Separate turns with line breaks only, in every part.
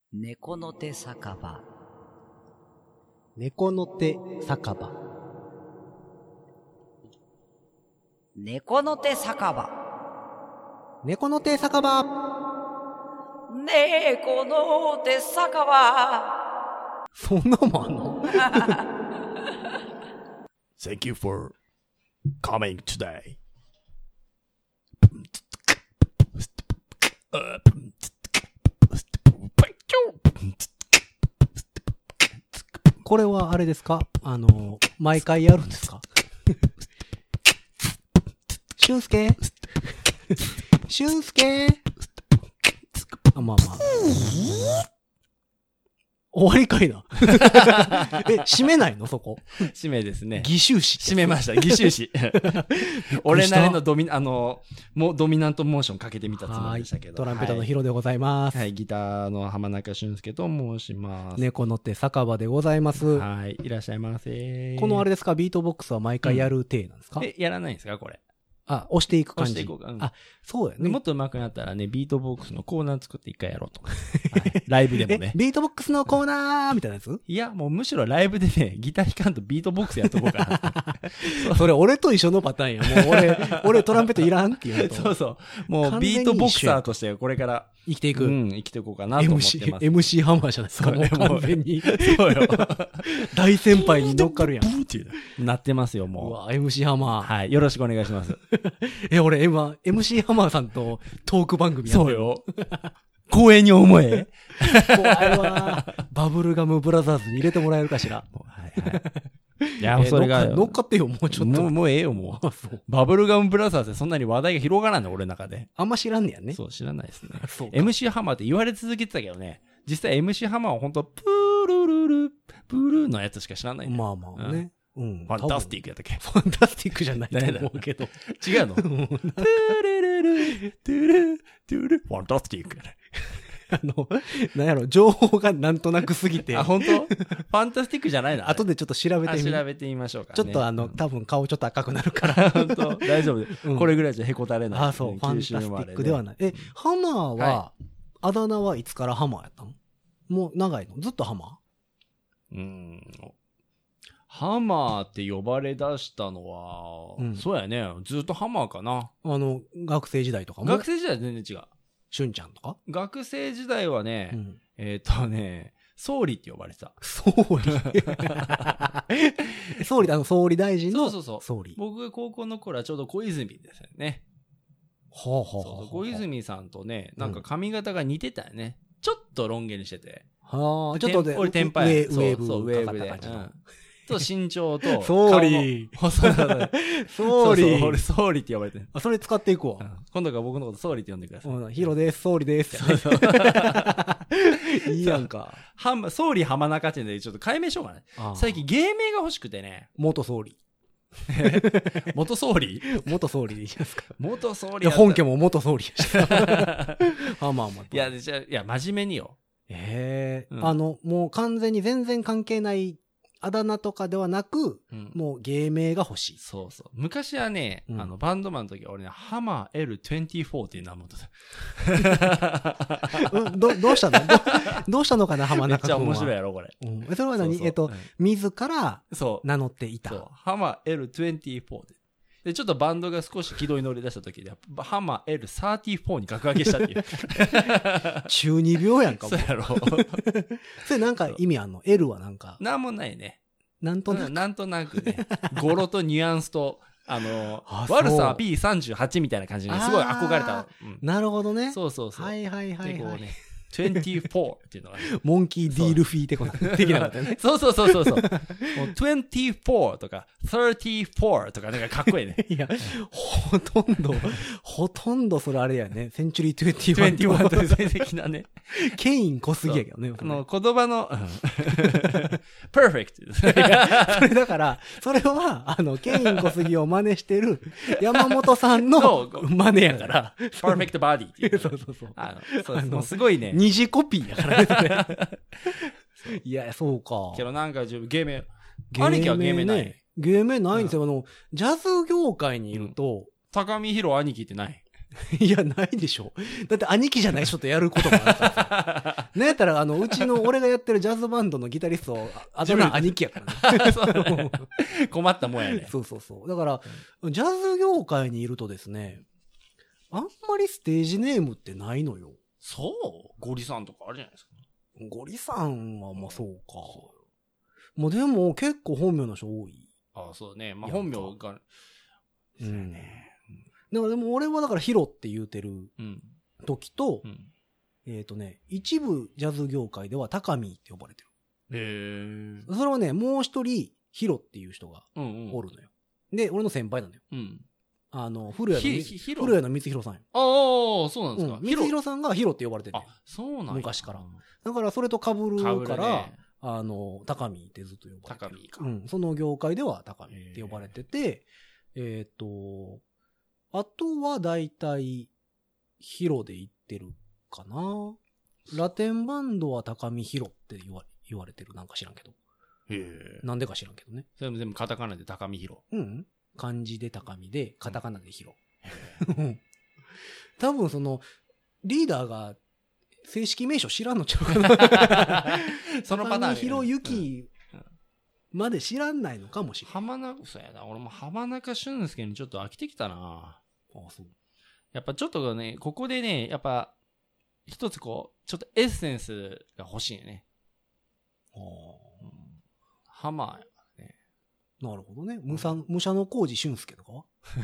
猫の手酒場。
猫の手酒場。
猫の手酒場。
猫の手酒場。
猫の手酒場。
そんなもんあんの
Thank you for coming today.
これはあれですか？毎回やるんですか？俊介俊介あ、まあまあ。終わりかいな。閉めないのそこ。
締めですね。
義手詞。
締めました。義手詞。俺なりのドミナントモーションかけてみたつもりでしたけど。
トランペットのヒロでございます。
はい、ギターの浜中俊介と申します。
猫の手酒場でございます。
はい、いらっしゃいませ。
このあれですか、ビートボックスは毎回やる体なんですか？
やらないんですかこれ。
あ、押していく感じ。
押していこうか。
あ、そうやね。
もっと上手くなったらね、ビートボックスのコーナー作って一回やろうと。はい、ライブでもね。
ビートボックスのコーナーみたいなやつ？
いや、もうむしろライブでね、ギター弾かんとビートボックスやっとこうかな。
それ俺と一緒のパターンや。もう俺トランペットいらんっていうのと。
そうそう。もうビートボクサーとしてこれから
生きていく。
生きていこうかなと思ってます。
MC ハマーじゃないですか。もう完全に。
そうよ。
大先輩に乗っかるやん。
なってますよ、もう。
うわ、MC ハマー。
はい。よろしくお願いします。
俺今、MC ハマーさんとトーク番組やってる。
そうよ。光栄に思え。
怖いわ。バブルガムブラザーズに入れてもらえるかしら。
はいはい。いや、それが。
乗っかってよ、もうちょっと。
もうええよ、もう。バブルガムブラザーズでそんなに話題が広がらんの、俺の中で。
あんま知らんねやね。
そう、知らないですね。
MC
ハマーって言われ続けてたけどね。実際 MC ハマーは本当プールルル、プールのやつしか知らない。
まあまあね。
ファンタスティックやったっけ？
ファンタスティックじゃないと思うけど。
違うの？トゥルルル、トゥル、トゥル、ファンタスティックやね。
なんやろ、情報がなんとなくすぎて。
あ、本当？ファンタスティックじゃないの？
後でちょっと調べてみ。
調べてみましょうか、ね。
ちょっと多分顔ちょっと赤くなるから。
本当大丈夫。これぐらいじゃへこたれない、
あ、そう。ファンタスティックではない。ハマーは、あだ名はいつからハマーやったの？もう長いの？ずっとハマ
ー？ハマーって呼ばれ出したのは、そうやね。ずっとハマーかな。
学生時代とかも。
学生時代は全然違う。
しゅんちゃんとか？
学生時代はね、総理って呼ばれてた。
総理総理、総理大臣の。
そう。
総理。
僕が高校の頃はちょうど小泉ですよね。
はあはあ。
小泉さんとね、なんか髪型が似てたよね。ちょっとロン毛にしてて。
はあ、ちょっとで、
俺テンパイ。
ウェーブ。
そう、ウェーブで。と身長と。
総理。総理。
俺総理って呼ばれてる。
それ使っていくわ。
今度から僕のこと総理って呼んでください。
ヒロです、総理です。いいやんか。
総理浜中ってんでちょっと解明しようかな。最近芸名が欲しくてね。
元総理。
元総理
元総理でいいですか？
元総理。
本家も元総理やし。まあ。
いや、真面目によ。
もう完全に全然関係ないあだ名とかではなく、もう芸名が欲しい。
そうそう。昔はね、バンドマンの時は俺ね、ハマー L24 っていう名前だった。
どうしたの？どうしたのかな、浜中君は。
めっちゃ面白いやろ、これ。
それは何？自ら名乗っていた。
そう。ハマー L24 で、ちょっとバンドが少し軌道に乗り出した時で、ハマー L34 に格上げしたっていう。
中二病やんか。
そうやろ。
それなんか意味あんの？ L はなんか。
なんもないね。
なんとなく。
なんとなくね。語呂とニュアンスと、悪さは P38 みたいな感じにすごい憧れた。
なるほどね。
そう。
はい。
で、こうね。24っていうのがね。
モンキーディールフィーってこと的なことね。
そう。もう24とか34とかなんかかっこいいね。
いや、ほとんどそれあれやね。センチュリー21。
21と全的なね。
ケイン濃すぎやけどね。
言葉の、perfect。
それだから、それは、ケイン濃すぎを真似してる山本さんの真似やから。
perfect body っていう。そう。すごいね。
二次コピーやからね。いや、そうか。
けどなんか芸名。兄貴は芸名ない。
芸名ないんですよ。ジャズ業界にいると。
高見博兄貴ってない。
いや、ないでしょ。だって兄貴じゃない人とやることもあるからさ。なんやったら、うちの俺がやってるジャズバンドのギタリスト、あだ名兄貴やからね。
そうね困ったもんやね。
そうそうそう。だから、ジャズ業界にいるとですね、あんまりステージネームってないのよ。
そうゴリさんとかあるじゃないですか。
ゴリさんはまあそうか。もうでも結構本名の人多い。
ああ、そうね。まあ本名が、
そうね。だからでも俺はだからヒロって言うてる時と、一部ジャズ業界ではタカミーって呼ばれてる。それはね、もう一人ヒロっていう人がおるのよ。で、俺の先輩なのよ。古谷の光弘さんよ。
ああ、そうなんですか。
光弘さんがヒロって呼ばれてて。
あ、そうなん
昔から。だからそれと被るから、タカミーってずっと呼ばれてる。
タカミーか。
その業界ではタカミーって呼ばれてて、あとはだいたいヒロで言ってるかな。ラテンバンドは高見ヒロって言われてる。なんか知らんけど。なんでか知らんけどね。
それも全部カタカナで高見ヒロ。
漢字で高見で、カタカナでヒロ。多分その、リーダーが正式名称知らんのちゃうかな。
そのパターン。
高見ヒロユキまで知らんないのかもしれない。
そうやな。俺も浜中俊介にちょっと飽きてきたな。
そう。
やっぱちょっとね、ここでね、やっぱ、一つこう、ちょっとエッセンスが欲しいよね。ハマーね。
なるほどね。武者の浩二俊介とかは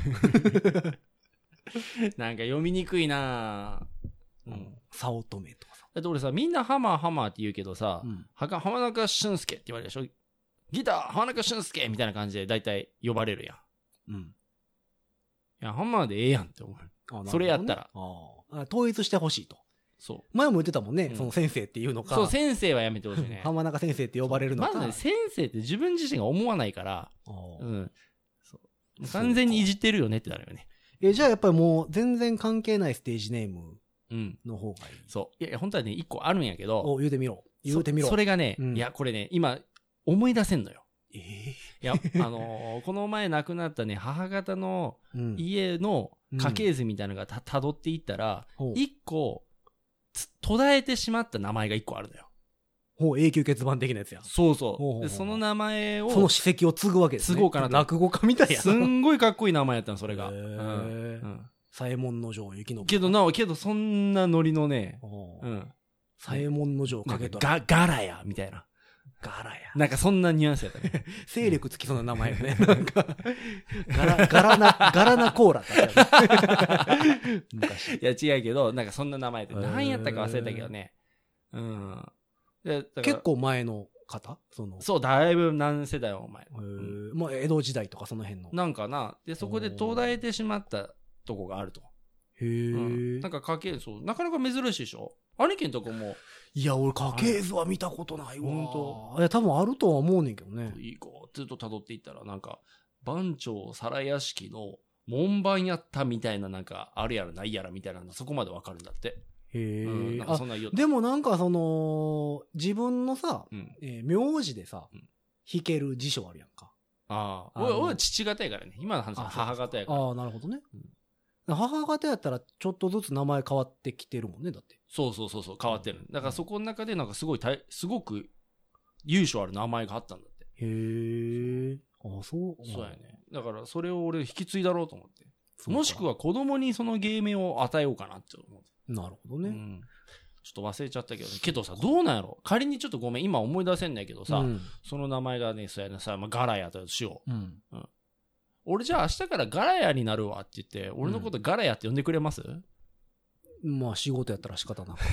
なんか読みにくいな
早乙女とかさ。
だって俺さ、みんなハマーって言うけどさ、浜中俊介って言われるでしょ。ギター、浜中俊介みたいな感じで大体呼ばれるやん。いや、ハマーでええやんって思う。それやったら。
統一してほしいと。
そう。
前も言ってたもんね、その先生っていうのか。
そう、先生はやめてほしいね。
浜中先生って呼ばれるのか。
まずね、先生って自分自身が思わないから、完全にいじってるよねってなるよね。
じゃあやっぱりもう全然関係ないステージネームの方がいい。
そう。いや、本当はね、一個あるんやけど。
言うてみろ。
それがね、いや、これね、今、思い出せんのよ。いや、この前亡くなったね、母方の家の家系図みたいなのが辿っていったら、一個、途絶えてしまった名前が一個あるのよ。
永久欠番的なやつや。
そうそう。で、その名前を。
その史跡を継ぐわけですね。
継ごうかなと。
落語家みたいや。
すんごいかっこいい名前やったの、それが。
左衛門の城雪の。
けどそんなノリのね、
左衛門の城かけと
ガラヤみたいな。
ガラヤ。
なんかそんなニュアンスやったね。
勢力つきそうな名前よね。なんか、ガラナコーラだったよね。昔。
いや違うけど、なんかそんな名前で。何やったか忘れたけどね。
結構前の方
そう、だいぶ何世代も前。
もう江戸時代とかその辺の。
なんかな。で、そこで途絶えてしまったとこがあると。なんか家系図、なかなか珍しいでしょ。兄貴のとこも。
いや、俺家系図は見たことないわ。本当。いや、多分あるとは思うねんけどね。
いい子。ずっと辿っていったら、なんか、番長皿屋敷の門番やったみたいな、なんか、あるやらないやらみたいなの、そこまでわかるんだって。なんかそんな
でもなんか自分のさ、名字でさ、弾ける辞書あるやんか。
俺は父方やからね。今の話は母方やから。
なるほどね。母方やったらちょっとずつ名前変わってきてるもんね、だって。
そう、変わってる。だからそこの中でなんかすごく由緒ある名前があったんだって。そうやね。だからそれを俺引き継いだろうと思って。もしくは子供にその芸名を与えようかなって思う。
なるほどね。
ちょっと忘れちゃったけどね。けどさ、どうなんやろ？仮にちょっとごめん、今思い出せんないけどさ、その名前がね、そうやなさ、ガラヤとしよう。俺じゃあ明日からガラヤになるわって言って、俺のことガラヤって呼んでくれます？
まあ仕事やったら仕方なく。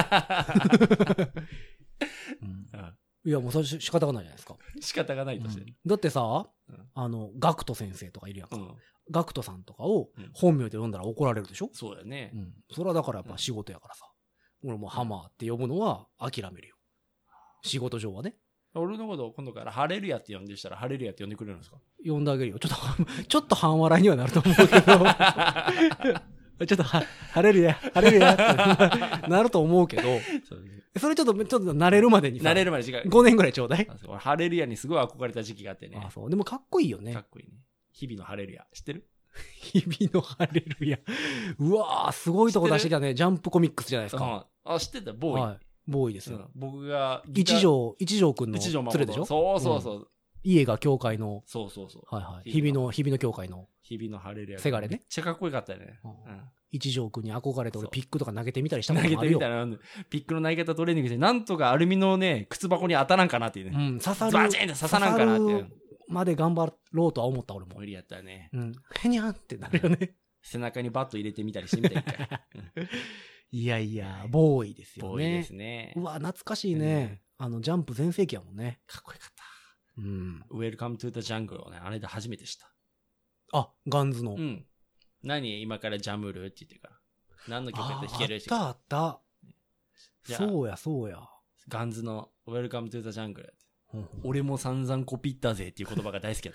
いやもうそれ仕方がないじゃないですか。
仕方がないとして。
だってさ、ガクト先生とかいるやんか。ガクトさんとかを本名で呼んだら怒られるでしょ？
そうだよね。
それはだからやっぱ仕事やからさ。俺もハマーって呼ぶのは諦めるよ。仕事上はね。
俺のことを今度からハレルヤって呼んでしたらハレルヤって呼んでくれるんですか？
呼んであげるよ。ちょっと半笑いにはなると思うけど。ちょっとハレルヤってなると思うけど。それちょっと慣れるまでにさ。
慣れるまで違う。
5年ぐらいちょうだい。
ハレルヤにすごい憧れた時期があってね。
そう。でもかっこいいよね。
かっこいいね。日々のハレルヤ。知ってる？
日々のハレルヤ。うわー、すごいとこ出してきたね。ジャンプコミックスじゃないですか。
あ、知ってた、ボーイ。
はい。ボーイですよ。
僕が
一条くんの連れでしょ。
そうそうそう。
家が教会の。
そうそうそう。
はいはい。日々の教会の。
日々のハレルヤ。
せがれね。
めっちゃかっこよかったよね。
一条くんに憧れて俺ピックとか投げてみたりしたこと
もあるよ。投げてみたら、ピックの投げ方トレーニングして、なんとかアルミのね、靴箱に当たらんかなっていうね。
うん、刺さる。
バチンって刺さらんかなっていう。
まで頑張ろうとは思った俺も。
無理やったね。
うん。へにゃんってなるよね。
背中にバット入れてみたりしてみたり。
いやいや、ボーイですよね。
ボーイですね。
うわ、懐かしいね。ジャンプ全盛期やもんね。
かっこよかった。
うん。
Welcome to the Jungle をね、あれで初めてした。
あ、ガンズの。
うん。何今からジャムルって言ってから。何の曲やったら弾けるし。
あった。そうや。
ガンズの Welcome to the Jungle やって。俺も散々コピったぜっていう言葉が大好きだ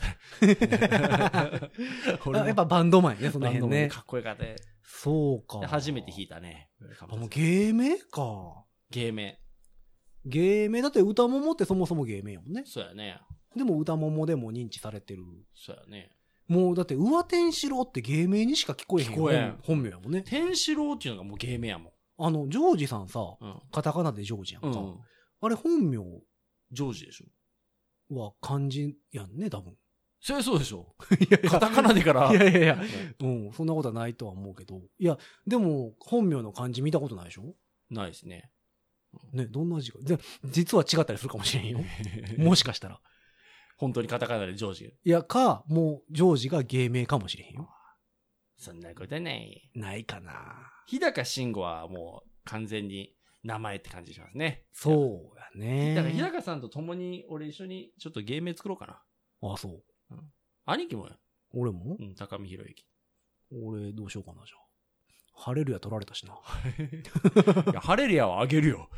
った。
やっぱバンドマンね、その辺ね。
かっこよかった。
そうか。
初めて弾いたね。
もう芸名か。
芸名
だって歌ももってそもそも芸名やもんね。
そうやね。
でも歌ももでも認知されてる。
そうやね。
もうだって上天四郎って芸名にしか聞こえへん本名やもんね。
天四郎っていうのがもう芸名やもん。
ジョージさんさ、カタカナでジョージやんか。あれ本名
ジョージでし
ょは漢字やんね、多分。
そうでしょ。カタカナでから。
いや。うん、そんなことはないとは思うけど。いや、でも、本名の漢字見たことないでしょ？
ないですね。
ね、どんな字か。実は違ったりするかもしれんよ。もしかしたら。
本当にカタカナでジョージ。
いや、もう、ジョージが芸名かもしれへんよ。
そんなことない。
ないかな。
日高慎吾はもう、完全に、名前って感じしますね。
そうやね。
だから日高さんと共に俺一緒にちょっと芸名作ろうかな。
あ、そう。
兄貴もや。
俺も？
うん、高見博之。
俺どうしようかな、じゃあ。ハレルヤ取られたしな。
いや、ハレルヤはあげるよ。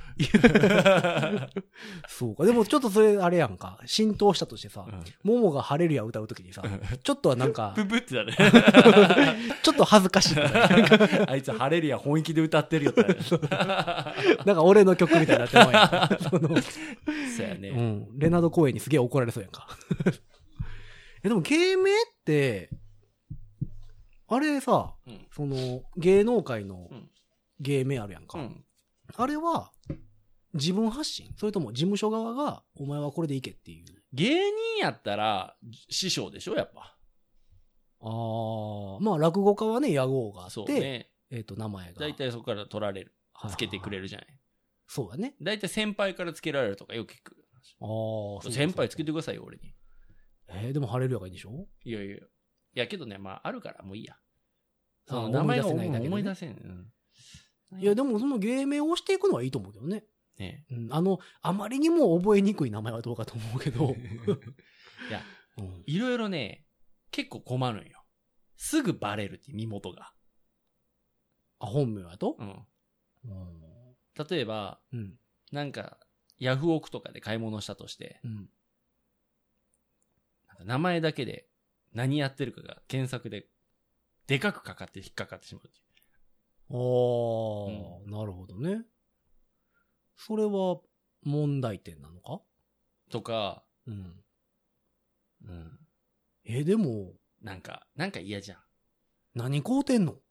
そうか。でもちょっとそれあれやんか。浸透したとしてさ、モモがハレルヤ歌うときにさ、ちょっとはなんか、
ブブってだね。
ちょっと恥ずかしい。
あいつハレルヤ本気で歌ってるよって。
なんか俺の曲みたいになってまうやん。
そうやね。
うん。レナード公園にすげえ怒られそうやんか。でも芸名って、あれさ、その芸能界の芸名あるやんか。あれは自分発信？それとも事務所側がお前はこれでいけっていう。
芸人やったら師匠でしょやっぱ。
まあ落語家はね、屋号があって、
そうね、
名前が。
大体そこから取られる。つけてくれるじゃない。
そうだね。
大体先輩からつけられるとかよく聞く。先輩つけてくださいよ、俺に。
でもハレルヤがいいんでしょ？
いやけどね、まああるからもういいや。その名前が思い出せん。
いやでもその芸名を押していくのはいいと思うけどね。あまりにも覚えにくい名前はどうかと思うけど。
いや、いろいろね、結構困るんよ。すぐバレるって身元が。
本名だと？
例えば、なんか、ヤフオクとかで買い物したとして、なんか名前だけで何やってるかが検索ででかくかかって引っかかってしまうっていう。
なるほどね。それは問題点なのか？
とか、
でも、
なんか嫌じゃん。
何買うてんの？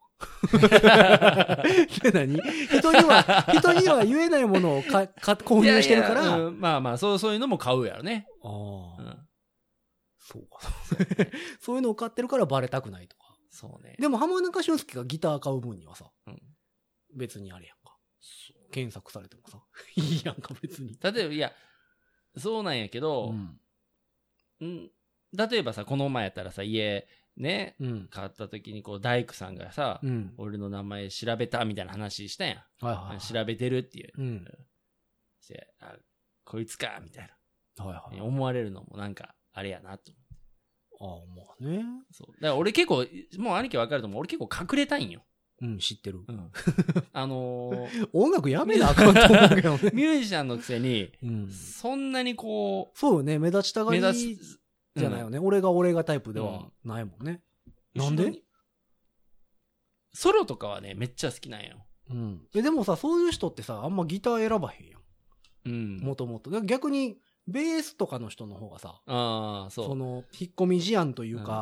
何？人には言えないものを購入してるから。
まあまあ、そういうのも買うやろね。
そうか。そういうのを買ってるからバレたくないとか。
そうね。
でも浜中俊介がギター買う分にはさ、別にあれやんか。検索されてもさ、いいやんか別に。
例えば、いや、そうなんやけど、例えばさ、この前やったらさ、家、ね、買った時にこう大工さんがさ、俺の名前調べたみたいな話したやん。調べてるっていう。こいつかみたいな、思われるのもなんかあれやなと
思って。まあね。
そう。だから俺結構、もう兄貴わかると思う。俺結構隠れたいんよ。
知ってる。
音
楽やめなあかんと思うけどね。
ミュージシャンのくせに、そんなにこう。
そうよね。目立ちたがりじゃないよね。俺がタイプではないもんね。なんで？
ソロとかはね、めっちゃ好きなんよ。
でもさ、そういう人ってさ、あんまギター選ばへんやん。もともと。逆に、ベースとかの人の方がさ、その、引っ込み思案というか、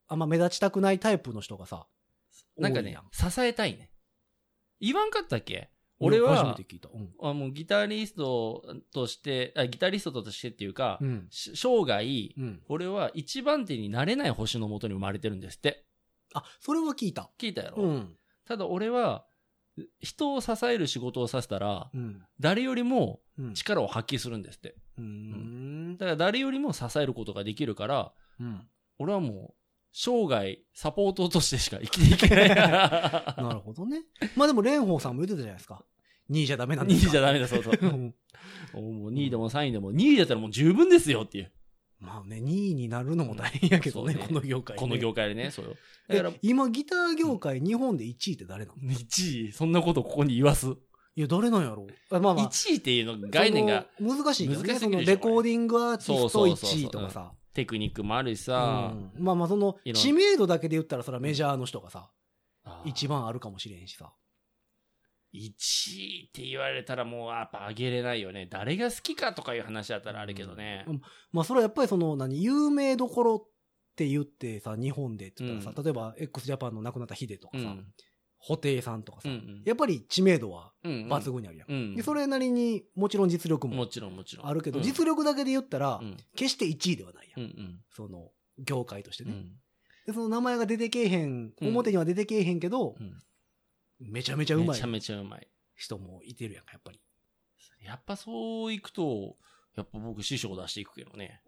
あんま目立ちたくないタイプの人がさ、
なんかね、支えたいね。言わんかったっけ？
俺
は、
初めて聞いた。
もうギタリストとしてっていうか、生涯、俺は一番手になれない星のもとに生まれてるんですって。
あ、それは聞いた。
聞いたやろ。ただ俺は、人を支える仕事をさせたら、誰よりも力を発揮するんですって。だから誰よりも支えることができるから、俺はもう、生涯サポートとしてしか生きていけない。
なるほどね。まあでも蓮舫さんも言ってたじゃないですか。2位じゃダメなんですか。
2位じゃダメだ、そうそう。もう2位でも3位でも、2位だったらもう十分ですよっていう。
まあね、2位になるのも大変やけどね、この業界、
この業界でね、そうよ。
だから今ギター業界日本で1位って誰なの？
1位、そんなことここに言わす。
いや、誰なんやろう。まあ
1位っていうの概念が
難しいよね。そのレコーディングアーティスト1位とかさ。
テクニックもあるしさ。
まあその知名度だけで言ったらそれはメジャーの人がさ、一番あるかもしれんしさ。
1位って言われたらもうやっぱ上げれないよね。誰が好きかとかいう話だったらあるけどね。
まあそれはやっぱりその有名どころって言ってさ、日本でって言ったらさ、例えば x ジャパンの亡くなったヒデとかさ、布袋さんとかさ、やっぱり知名度は抜群にあるやん。でそれなりにもちろん実力もあるけど、実力だけで言ったら決して1位ではないやん。その業界としてね。でその名前が出てけえへん、表には出てけえへんけど、めちゃめちゃうまい。
めちゃめちゃうまい。
人もいてるやんか、やっぱり。
やっぱそういくと、やっぱ僕師匠出していくけどね。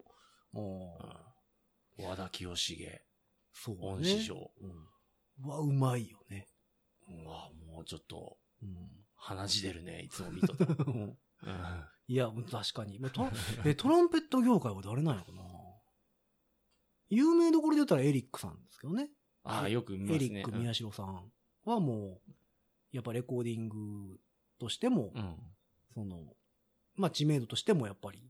和田清重。
そうね。
恩師匠。
うまいよね。
もうちょっと、鼻血出るね、いつも見とった。
いや、確かに。トランペット業界は誰なんやろな。有名どころで言ったらエリックさんですけどね。
よく見ますね。
エリック宮代さんはもう、やっぱレコーディングとしても、その、まあ知名度としてもやっぱり、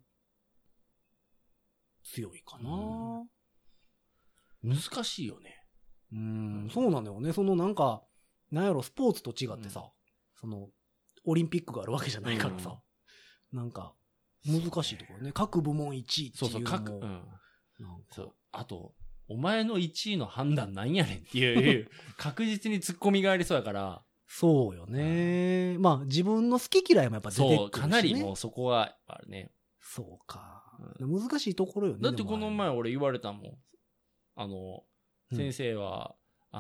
強いかな。
難しいよね。
そうなんだよね。そのなんか、なんやろ、スポーツと違ってさ、その、オリンピックがあるわけじゃないからさ、なんか、難しいところね。各部門1位っていうのも。
そう。あと、お前の1位の判断なんやねんっていう、確実にツッコミがありそうやから。
そうよね。まあ、自分の好き嫌いもやっぱ出てくるしね。そう、
かなりもうそこはあるね。
そうか。難しいところよね。
だってこの前俺言われたもん。先生は、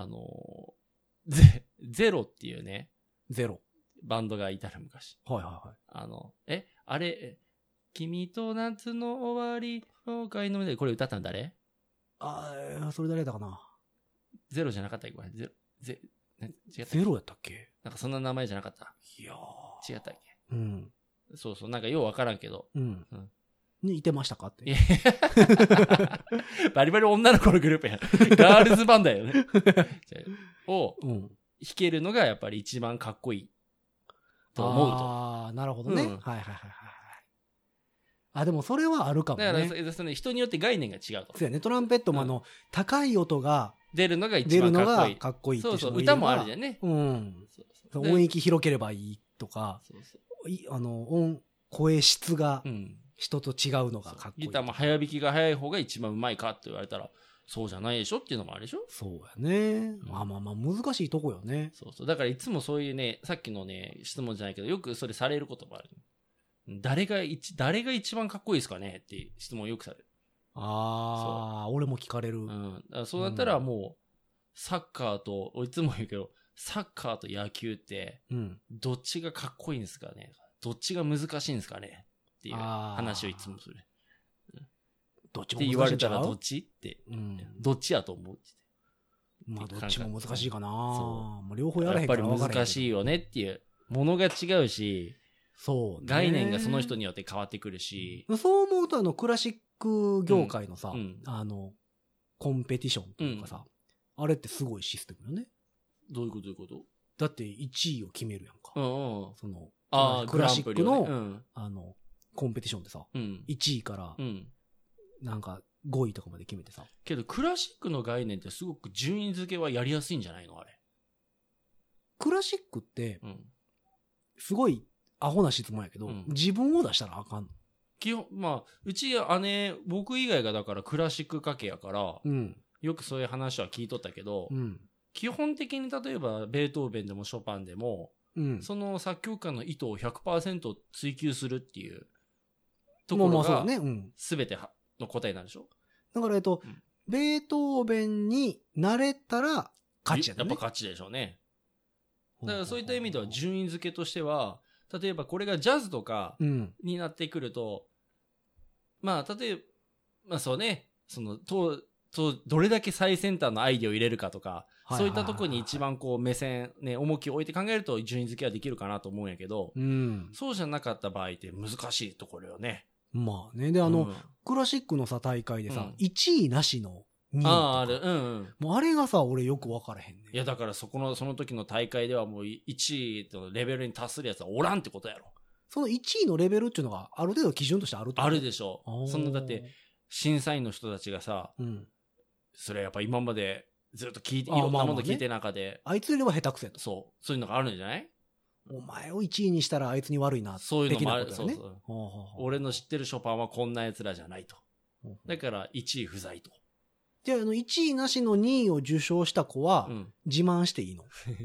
ゼロっていうね。
ゼロ。
バンドがいたら昔。あれ、君と夏の終わりの会のでこれ歌ったの誰？
それ誰だかな。
ゼロじゃなかったっけ？違ったっけ？
ゼロやったっけ？
なんかそんな名前じゃなかった。
いや
ー。違ったっけ？そうそう、なんかようわからんけど。
にいてましたかって。
バリバリ女の子のグループや。ガールズバンドやよね。を弾けるのがやっぱり一番かっこいいと思うと。
なるほどね。でもそれはあるかもね。
だからその人によって概念が違うと。
そうやね。トランペットも高い音が
出るのが一番かっこいい。
かっこいいっていう人もいる。
歌もあるじゃんね。
音域広ければいいとか、声質が人と違うのがかっこいい。
ギターも早弾きが早い方が一番うまいかって言われたら、そうじゃないでしょっていうのもあるでしょ。
そうやね。まあ難しいとこよね。
そう。だからいつもそういうね、さっきのね、質問じゃないけど、よくそれされることもある。誰が一番かっこいいですかねって質問よくされる。
俺も聞かれる。
そうなったらもう、サッカーと、いつも言うけど、サッカーと野球って、どっちがかっこいいんですかね？どっちが難しいんですかねっていう話をいつもする。
どっちも難しい。
って言われたらどっちって、どっちやと思うって。
まあどっちも難しいかな。もう両方やらへん
から分からへん。やっぱり難しいよねっていう。ものが違うし、
そうね。
概念がその人によって変わってくるし。
そう思うとクラシック業界のさ、コンペティションというかさ、あれってすごいシステムよね。
どういうこと
だって1位を決めるやんか。その、
クラシック
の、コンペティションでさ、1位から、なんか5位とかまで決めてさ。
けどクラシックの概念ってすごく順位付けはやりやすいんじゃないのあれ。
クラシックって、すごいアホな質問やけど、自分を出したらあかんの？
基本、うち僕以外がだからクラシック家系やから、 よくそういう話は聞いとったけど、
うん、
基本的に例えばベートーベンでもショパンでも、うん、その作曲家の意図を 100% 追求するっていうところが全ての答えなんでしょ。
だからベートーベンになれたら勝ちやね。
やっぱ勝ちでしょうね。だからそういった意味では順位付けとしては、例えばこれがジャズとかになってくると、まあ例えば、まあそうね、どれだけ最先端のアイディアを入れるかとか、そういったところに一番こう目線、ね、重きを置いて考えると順位付けはできるかなと思うんやけど、そうじゃなかった場合って難しいところよね。
まあね。で、クラシックのさ、大会でさ、1位なしの2位とか。
ある。
もうあれがさ、俺よく分からへんね。
いや、だからその時の大会ではもう1位のレベルに達するやつはおらんってことやろ。
その1位のレベルっていうのがある程度基準としてあるってこと？
あるでしょ。だって、審査員の人たちがさ、それやっぱ今までずっと聞いて、いろんなもの聞いてる中で。
あいつよりは下手くせと。
そういうのがあるんじゃない？
お前を1位にしたらあいつに悪いな。
そういうのもある。そう。俺の知ってるショパンはこんな奴らじゃないと。だから1位不在と。
じゃあ1位なしの2位を受賞した子は自慢していいの？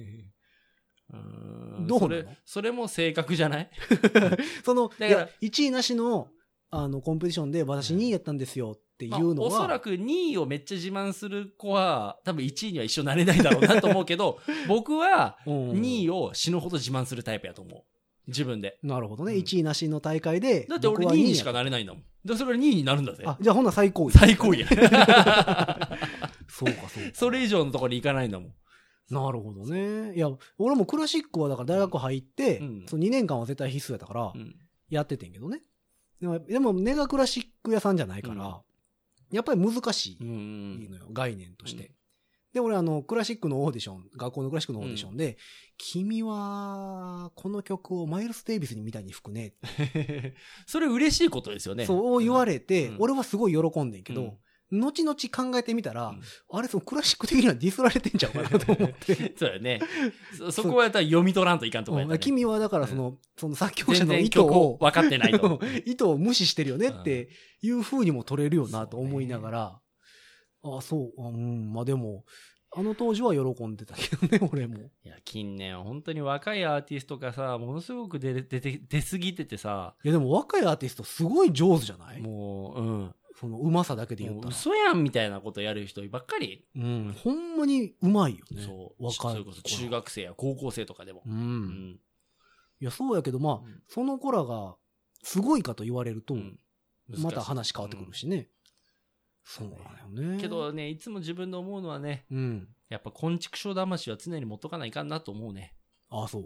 どうなの？それも正確じゃない？
いや、1位なしのコンペティションで私2位やったんですよっていうのは、
おそらく2位をめっちゃ自慢する子は多分1位には一緒になれないだろうなと思うけど、僕は2位を死ぬほど自慢するタイプやと思う。自分で。
なるほどね。1位なしの大会で。
だって俺2位にしかなれないんだもん。それは2位になるんだぜ。
じゃあほんなら最高位。
最高位や。
そうか。
それ以上のところに行かないんだもん。
なるほどね。いや、俺もクラシックはだから大学入って、その2年間は絶対必須やったから、やっててんけどね。でも根がクラシック屋さんじゃないから、やっぱり難しいのよ、概念として。で、俺クラシックのオーディション、学校のクラシックのオーディションで、君はこの曲をマイルス・デイビスにみたいに吹くね。
それ嬉しいことですよね。
そう言われて、俺はすごい喜んでんけど、後々考えてみたら、あれ、クラシック的にはディスられてんちゃうかなと思って。
そうよね。そこはやったら読み取らんといかんとこやったね。
君はだからその作曲者の意図を
分かってないと。
意図を無視してるよねっていう風にも取れるよなと思いながら、まあでも、当時は喜んでたけどね、俺も。
いや、近年は本当に若いアーティストがさ、ものすごく出過ぎててさ。
いやでも若いアーティストすごい上手じゃない？
もう、
その上手さだけで言ったら。
嘘やんみたいなことやる人ばっかり。
ほんまに上手いよね。
そう。若い。それこそ中学生や高校生とかでも。
いや、そうやけど、まあ、その子らがすごいかと言われると、また話変わってくるしね。そうだよね。
けどね、いつも自分で思うのはね、やっぱ昆虫症魂は常に持っとかないかんなと思うね。
そう。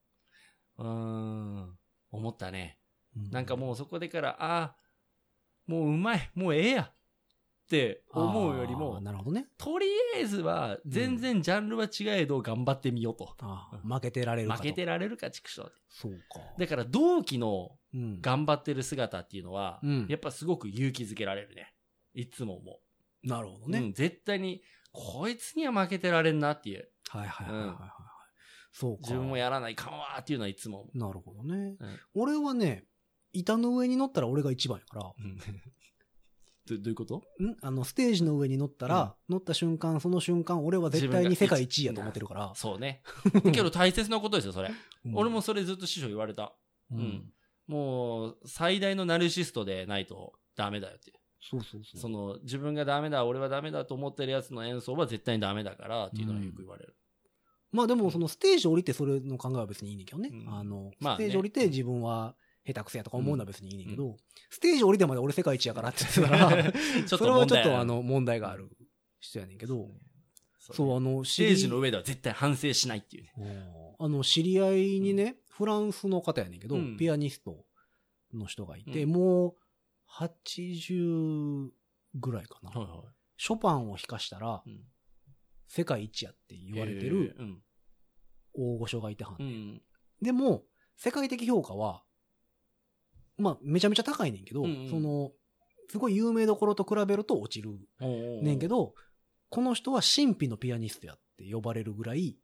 思ったね。なんかもうそこでから、もううまい、もうええやって思うよりも、
なるほどね。
とりあえずは全然ジャンルは違えど頑張ってみようと。
負けてられるかと。
負けてられるか、畜生で。
そうか。
だから同期の頑張ってる姿っていうのは、やっぱすごく勇気づけられるね。いつも思
う。なるほどね。
絶対に、こいつには負けてられんなっていう。
そうか。
自分もやらないかんわっていうのはいつも。
なるほどね。俺はね、板の上に乗ったら俺が一番やから。
どういうこと？
ステージの上に乗ったら、乗った瞬間、その瞬間、俺は絶対に世界一位やと思ってるから。
そうね。けど大切なことですよ、それ。俺もそれずっと師匠言われた。もう、最大のナルシストでないとダメだよって。その、自分がダメだ、俺はダメだと思ってるやつの演奏は絶対にダメだからっていうのはよく言われる。
まあでも、そのステージ降りてそれの考えは別にいいねんけどね。ステージ降りて自分は下手くせやとか思うのは別にいいねんけど、ステージ降りてまで俺世界一やからって言ってたら、それはちょっと問題がある人やねんけど、
そうステージの上では絶対反省しないっていうね。
知り合いにね、フランスの方やねんけど、ピアニストの人がいて、もう80ぐらいかな。ショパンを弾かしたら、世界一やって言われてる大御所がいてはんねん。でも、世界的評価は、まあ、めちゃめちゃ高いねんけど、すごい有名どころと比べると落ちるねんけど、この人は神秘のピアニストやって呼ばれるぐらい、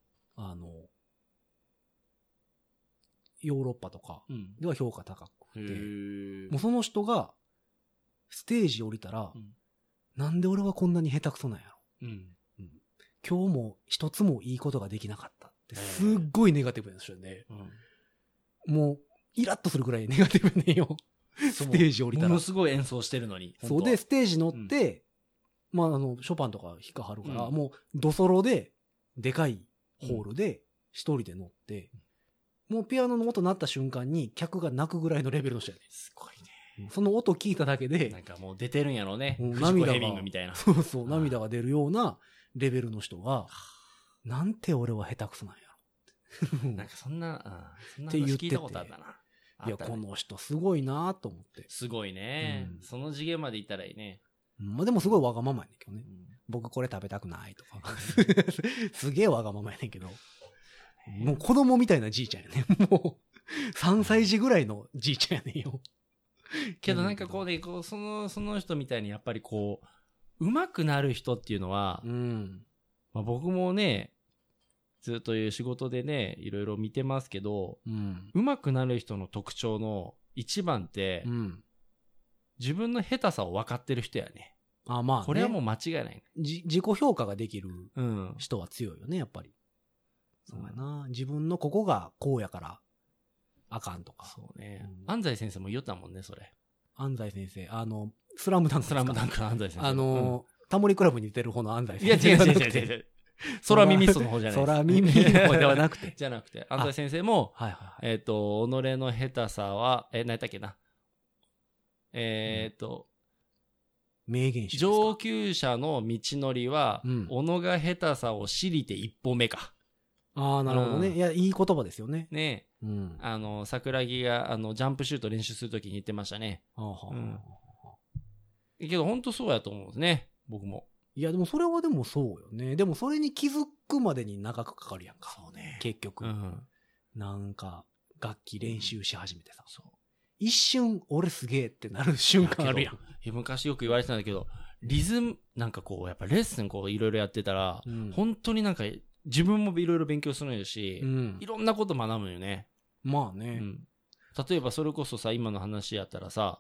ヨーロッパとかでは評価高くて、もうその人がステージ降りたら、 なんで俺はこんなに下手くそなんやろ。今日も一つもいいことができなかったって、すっごいネガティブな人で、もう、イラッとするぐらいネガティブねよ。ステージ降りたら。
ものすごい演奏してるのに。
そうで、ステージ乗って、ショパンとか弾かはるから、もう、ドソロで、でかいホールで、一人で乗って、もうピアノの音鳴った瞬間に、客が泣くぐらいのレベルの人やね。
すごいね。
その音聞いただけで、
なんかもう出てるんやろうね。
涙
ヘミングみたいな。
そうそう、涙が出るようなレベルの人が、なんて俺は下手くそなんやろ。
なんかそんな
って言ってて
聞いたことあったな。
いや、この人すごいなと思って。
すごいね。その次元まで行ったらいいね。
でもすごいわがままやねんけどね。僕これ食べたくないとか。すげえわがままやねんけど。もう子供みたいなじいちゃんやね。もう、3歳児ぐらいのじいちゃんやねんよ。
けどなんかこうね、その人みたいにやっぱりこう、上手くなる人っていうのは、僕もね、ずっという仕事でね、いろいろ見てますけど、上手くなる人の特徴の一番って、自分の下手さを分かってる人やね。
まあね、
これはもう間違いない。
自己評価ができる人は強いよね、やっぱり。そうやな。自分のここがこうやからあかんとか。
そうね。安西先生も言ったもんね、それ。
安西先生、スラムダンク。
スラムダンクの安西先生。
タモリクラブに出てる方の安西
先生。いや、違う。空耳ストの方じゃないです。
空耳の方ではなくて。
じゃなくて、安西先生も、己の下手さは、何やったっけな。
名言集。
上級者の道のりは、己が下手さを知りて一歩目か。
なるほどね。いや、いい言葉ですよね。
ねえ。桜木が、ジャンプシュート練習するときに言ってましたね。けど、本当そうやと思うんですね。僕も。
いや、でもそれはでもそうよね。でもそれに気づくまでに長くかかるやんか。
そうね。
結局。なんか、楽器練習し始めてさ。一瞬、俺すげえってなる瞬間あるやん。
昔よく言われてたんだけど、リズム、なんかこう、やっぱレッスンこういろいろやってたら、本当になんか自分もいろいろ勉強するのよし、いろんなこと学ぶよね。
まあね。
例えばそれこそさ、今の話やったらさ、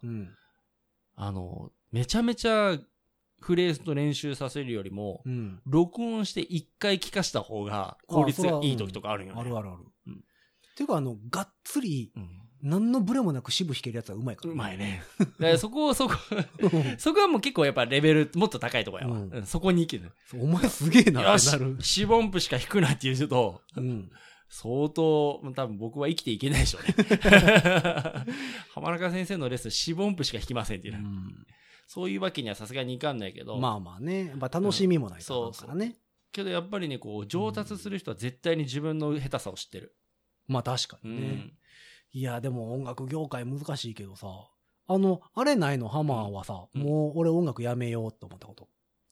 めちゃめちゃフレーズと練習させるよりも、録音して一回聞かした方が効率がいい時とかあるよね。
あるあるある。っていうか、がっつり、何のブレもなく支部弾けるやつはうまいから。
うまいね。だからそこはもう結構やっぱレベルもっと高いとこやわ。そこに行ける。
お前すげえな、
よし、四分音符しか弾くなって言うと、相当、多分僕は生きていけないでしょうね。浜中先生のレッスン四分音符しか弾きませんっていう。そういうわけにはさすがにいかんないけど。
まあまあね。やっぱ楽しみもないからね。
けどやっぱりね、こう、上達する人は絶対に自分の下手さを知ってる。
まあ確かにね。いや、でも音楽業界難しいけどさ、あれないのハマーはさ、もう俺音楽やめようって思ったこと。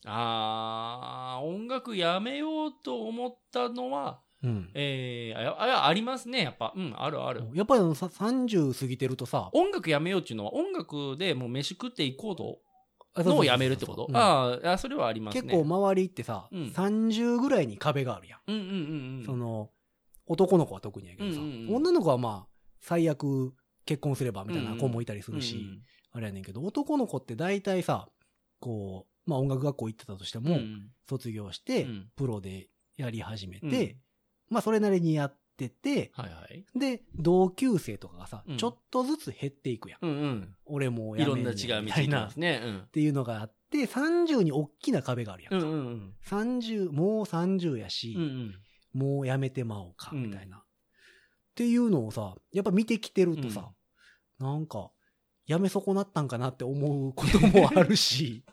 音楽やめようと思ったのは、ありますね、やっぱ。あるある。
やっぱり30過ぎてるとさ、
音楽やめようっていうのは音楽でもう飯食っていこうとのをやめるってこと？それはありますね。
結構周りってさ、30ぐらいに壁があるやん。その、男の子は特にやけどさ、女の子はまあ、最悪結婚すればみたいな子もいたりするし、あれやねんけど、男の子って大体さ、こう、まあ音楽学校行ってたとしても、卒業して、プロでやり始めて、まあそれなりにやってて、で、同級生とかがさ、ちょっとずつ減っていくやん。俺もやめんねんみたいな。
いろんな違う道行きますね。
っていうのがあって、30に大きな壁があるやんか。もう30やし、もうやめてまおうか、みたいな。っていうのをさ、やっぱ見てきてるとさ、なんか、やめ損なったんかなって思うこともあるし、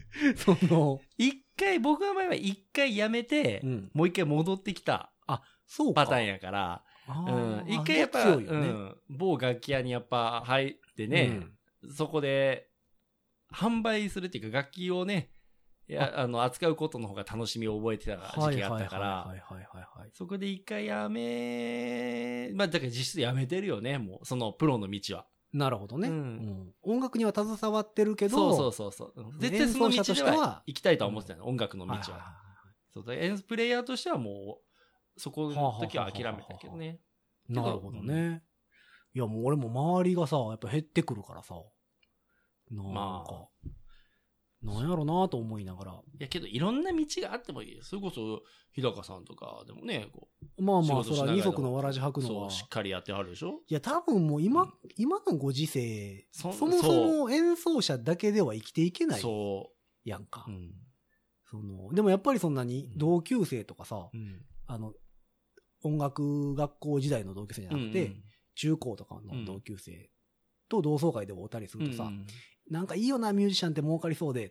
僕の場合は一回やめて、もう一回戻ってきたパターンやから、一回やっぱ、某楽器屋にやっぱ入ってね、そこで販売するっていうか楽器をね、扱うことの方が楽しみを覚えてた時期があったから、そこで一回まあだから実質やめてるよね、もう、そのプロの道は。
なるほどね。音楽には携わってるけど、
そう。絶対その道では行きたいとは思ってたの、音楽の道は。プレイヤーとしてはもう、そこの時は諦めたけどね。
なるほどね。いやもう俺も周りがさ、やっぱ減ってくるからさ、なんか、 なんやろなと思いながら。
いやけどいろんな道があってもいいよ。それこそ日高さんとかでもね、こう。
まあまあ、そら二足のわらじ履くのは。
そう、しっかりやってはるでしょ。
いや、多分もう今のご時世、そもそも演奏者だけでは生きていけない。やんか。でもやっぱりそんなに同級生とかさ、音楽学校時代の同級生じゃなくて、中高とかの同級生と同窓会で会ったりするとさ、なんかいいよな、ミュージシャンって儲かりそうでって、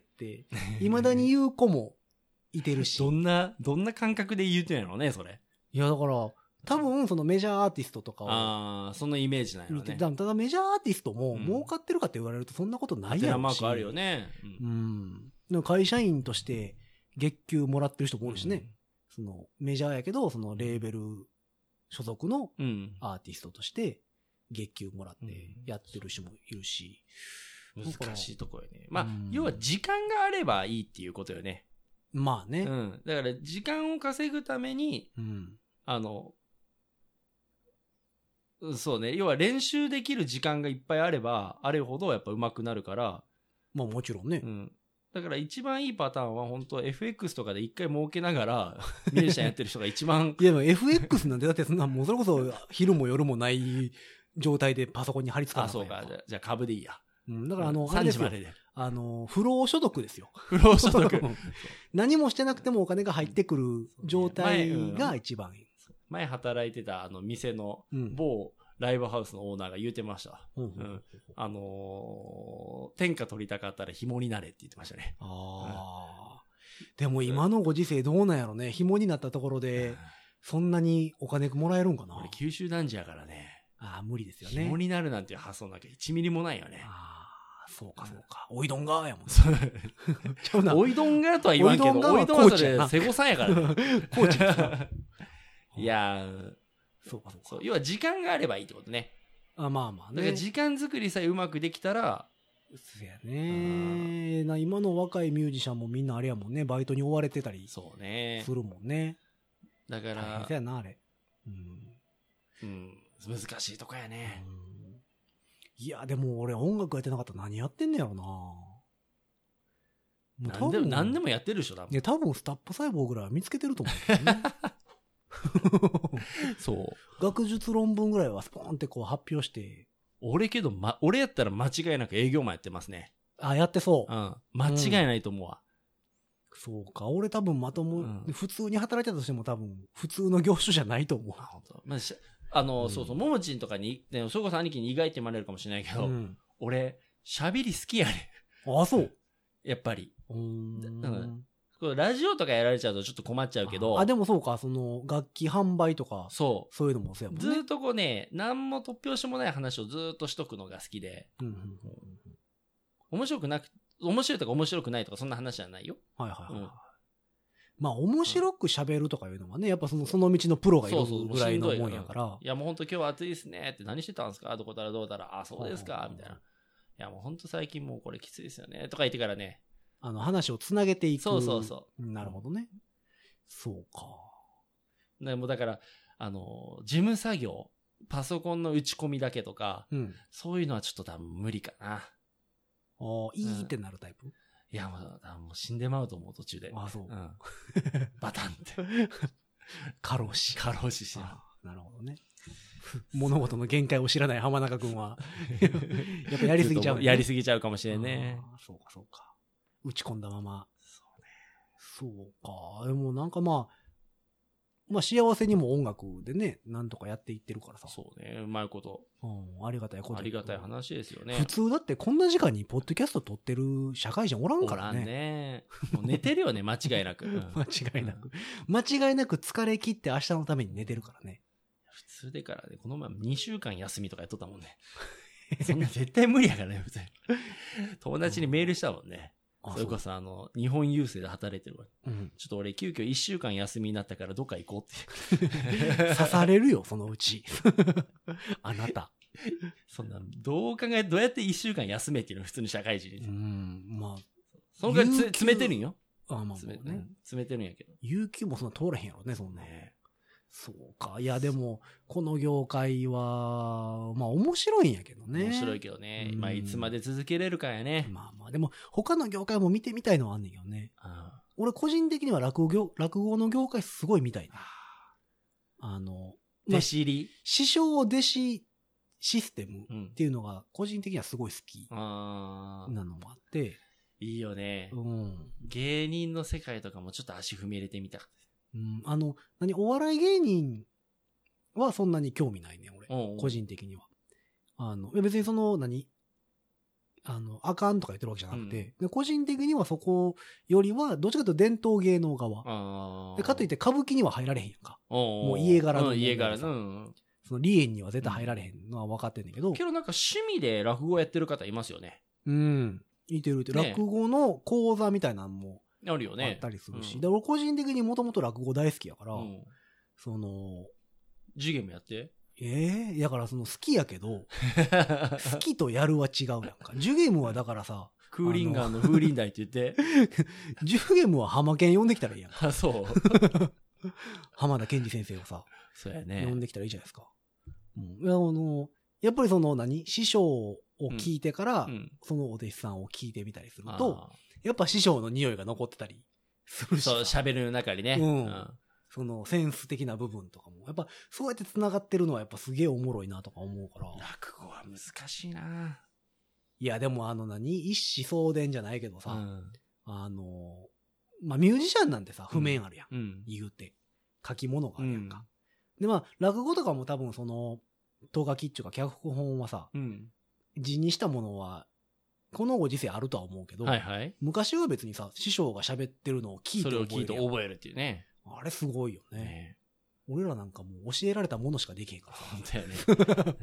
未だに言う子もいてるし。
どんな感覚で言うてんやろね、それ。
いや、だから、多分そのメジャーアーティストとか
を。そのイメージなんやろね。
ただメジャーアーティストも儲かってるかって言われるとそんなことないやろし。
マークあるよね。
でも会社員として月給もらってる人も多いしね。そのメジャーやけど、そのレーベル所属のアーティストとして月給もらってやってる人もいるし。
難しいとこよね。まあ、要は時間があればいいっていうことよね。
まあね。
だから時間を稼ぐために、そうね。要は練習できる時間がいっぱいあれば、あれほどやっぱ上手くなるから。
まあもちろんね。
だから一番いいパターンは本当 FX とかで一回儲けながらミュージシャンやってる人が一番
いやでも FX なんてだってそんなもうそれこそ昼も夜もない状態でパソコンに貼り付かない。
そうか。じゃあ株でいいや。
だからあれですよ。不労所得ですよ。
不労所得。
何もしてなくてもお金が入ってくる状態が一番いい。
前働いてた店の某ライブハウスのオーナーが言うてました。天下取りたかったら紐になれって言ってましたね。
でも今のご時世どうなんやろね。紐になったところで、そんなにお金もらえるんかな。
俺九州男児やからね。
無理ですよね。
紐になるなんていう発想なんか1ミリもないよね。
そうか。おいどんがーやもん。
ちゃうな。おいどんがーとは言わんけど、おいどんはそれ、瀬古さんやからね。
コーチ
いやそうか。要は時間があればいいってことね。
まあね。
だから時間作りさえうまくできたら、
そうやね。今の若いミュージシャンもみんなあれやもんね。バイトに追われてたりするもんね。
だから、
そうやな、あれ。
難しいとこやね。
いや、でも俺音楽やってなかったら何やってんねやろ
な。何でもやってるでしょ、多分。
多分スタップ細胞ぐらいは見つけてると思うんだよね。
そう。
学術論文ぐらいはスポーンってこう発表して。
俺やったら間違いなく営業マンやってますね。
やってそう。
間違いないと思うわ。
そうか。俺多分普通に働いてたとしても多分普通の業種じゃないと思う。
そう、ももちんとかに、それこそ兄貴に意外って言われるかもしれないけど、俺、喋り好きやね。
そう。
やっぱり。ラジオとかやられちゃうとちょっと困っちゃうけど。
でもそうか、その、楽器販売とか、そういうのもそうやもんね。
ずっとこうね、何も突拍子もない話をずっとしとくのが好きで。面白いとか面白くないとかそんな話じゃないよ。まあ
面白く喋るとかいうのはね、やっぱその道のプロがいるぐらいのもんやから。
いやもうほんと今日は暑いですねって何してたんですかどこだらどうだら、そうですかみたいな。いやもうほんと最近もうこれきついですよねとか言ってからね。
話をつなげていく。
そう。
なるほどね。そうか。
もうだから、事務作業、パソコンの打ち込みだけとか、そういうのはちょっと多分無理かな。
いいってなるタイプ？
いや、もう死んでまうと思う、途中で。
そう。
バタンって。
過労死
し
なるほどね。物事の限界を知らない浜中くんは、やっぱやりすぎちゃう、
やりすぎちゃうかもしれんね。
そうか。打ち込んだまま。そうか。でもなんかまあ幸せにも音楽でね、なんとかやっていってるからさ。
そうね。うまいこと。
ありがたいこと。
ありがたい話ですよね。
普通だってこんな時間にポッドキャスト撮ってる社会人おらんからね。
おらんね。もう寝てるよね、間違いなく。
間違いなく疲れ切って明日のために寝てるからね。
普通でからね、この前も2週間休みとかやっとったもんね。そんな絶対無理やからね、普通に。友達にメールしたもんね。それこそ日本郵政で働いてるわ。ちょっと俺急遽1週間休みになったからどっか行こうって。
刺されるよ、そのうち。あなた。
そんな、どうやって1週間休めっていうの普通に社会人に。
まあ。
そのぐらい詰めてるんよ。
詰
めてるんやけど。
有給もそんな通らへんやろね、そんな。そうか。いや、でも、この業界は、面白いんやけどね。
面白いけどね。いつまで続けれるかやね。
でも、他の業界も見てみたいのはあんねんけどね。俺個人的には落語の業界すごい見たいね。
弟子入り、
師匠弟子システムっていうのが個人的にはすごい好きなのもあって。
いいよね。芸人の世界とかもちょっと足踏み入れてみたかった。
お笑い芸人はそんなに興味ないね、俺。個人的には。別にあかんとか言ってるわけじゃなくて、個人的にはそこよりは、どっちかというと伝統芸能側。でかといって歌舞伎には入られへんやんか。もう家柄の。
家柄
の。その梨園には絶対入られへんのは分かってんねんけど。
けどなんか趣味で落語やってる方いますよね。
いてる。落語の講座みたいなのも
あるよね。
あったりするし。だから個人的にもともと落語大好きやから、
ジュゲムやって
だから好きやけど、好きとやるは違うやんか。ジュゲムはだからさ、
クーリンガーの風鈴台って言って。
ジュゲムは浜健呼んできたらいいやんか。
そう。
浜田健二先生をさ、
そうやね。
呼んできたらいいじゃないですか。やっぱり師匠を聞いてから、そのお弟子さんを聞いてみたりすると、やっぱ師匠の匂いが残ってたりするし。
そう、喋る中にね。
そのセンス的な部分とかも、やっぱそうやって繋がってるのはやっぱすげえおもろいなとか思うから。
落語は難しいな。
いやでも一子相伝じゃないけどさ、ミュージシャンなんてさ、譜面あるやん。言うて。書き物があるやんか。で落語とかも多分東画吉兆か脚本はさ、字にしたものは、このご時世あるとは思うけど、昔は別にさ、師匠が喋ってるのを聞いて覚える。
それを聞いて覚えるっていうね。
あれすごいよね。俺らなんかもう教えられたものしかできへんからさ。
本当やね。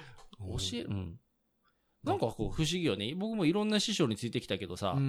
なんか不思議よね。僕もいろんな師匠についてきたけどさ、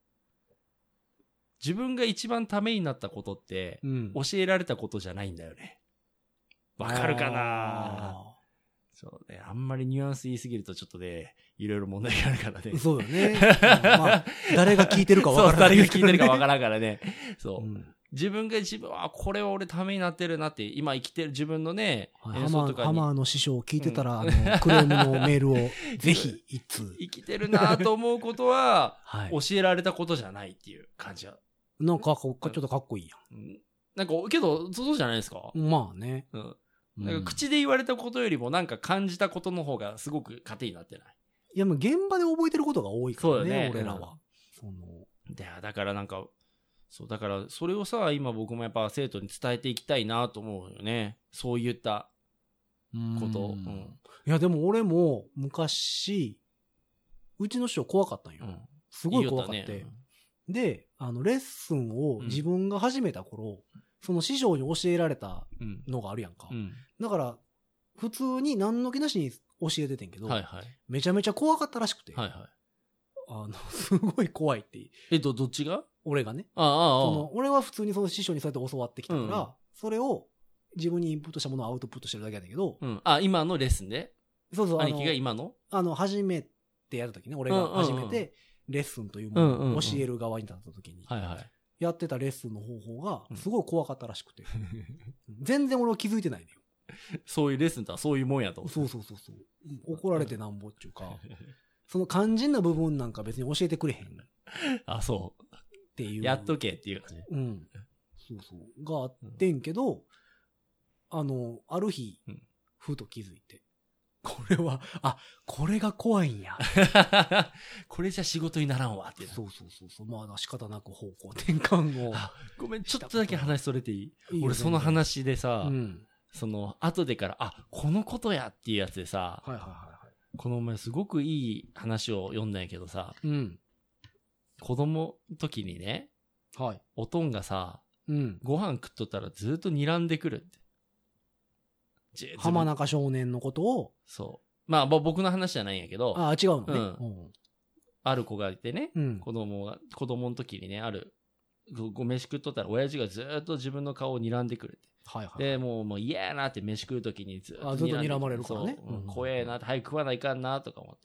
自分が一番ためになったことって、教えられたことじゃないんだよね。わかるかな？そうね。あんまりニュアンス言いすぎるとちょっとね、いろいろ問題があるからね。
そうよね。誰が聞いてるかわからない。
誰が聞いてるかわからんからね。そう。自分がこれは俺ためになってるなって、今生きてる自分のね、
演奏とかに。ハマーの師匠を聞いてたら、クレームのメールをぜひ一通。
生きてるなと思うことは、教えられたことじゃないっていう感じは。
なんか、ちょっとかっこいいやん。
なんか、けど、そうじゃないですか？
まあね。
なんか口で言われたことよりもなんか感じたことの方がすごく糧になってない。
いや、もう現場で覚えてることが多いからね、俺らは。
だからなんか、だからそれをさ、今僕もやっぱ生徒に伝えていきたいなと思うよね。そういったこと。
いや、でも俺も昔、うちの師匠怖かったんよ。すごい怖かって。で、レッスンを自分が始めた頃、その師匠に教えられたのがあるやんか。だから、普通に何の気なしに教えててんけど、めちゃめちゃ怖かったらしくて。すごい怖いって。
どっちが？
俺がね。俺は普通にその師匠にそうやって教わってきたから、それを自分にインプットしたものをアウトプットしてるだけなんだけど。
今のレッスンで？
そうそう。
兄貴が今の？
初めてやるときね、俺が初めてレッスンというものを教える側に立ったときに。やってたレッスンの方法がすごい怖かったらしくて。全然俺は気づいてないのよ。
そういうレッスンとはそういうもんやと。
そう。怒られてなんぼっちゅうか。その肝心な部分なんか別に教えてくれへん。
そう。
っていう。
やっとけっていう感
じ。そう。があってんけど、ある日、ふと気づいて。これは、これが怖いんや。
これじゃ仕事にならんわって。
そう。まあ仕方なく方向転換を。
ごめん、ちょっとだけ話それていい？俺その話でさ、後でから、このことやっていうやつでさ、この前すごくいい話を読んだんやけどさ、子供の時にね、おとんがさ、ご飯食っとったらずっと睨んでくるって。
浜中少年のことを。
そう。まあ僕の話じゃないんやけど。
違うのね。
ある子がいてね、子供の時にね、飯食っとったら親父がずっと自分の顔を睨んでくるって。で、もう嫌やなって飯食う時にずっと
睨まれるからね。
怖えなって、早く食わないかんなとか思って。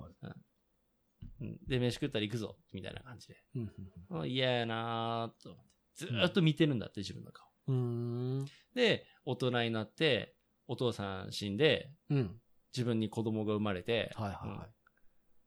で、飯食ったら行くぞ、みたいな感じで。嫌やなーと。ずっと見てるんだって、自分の顔。で、大人になって、お父さん死んで、自分に子供が生まれて、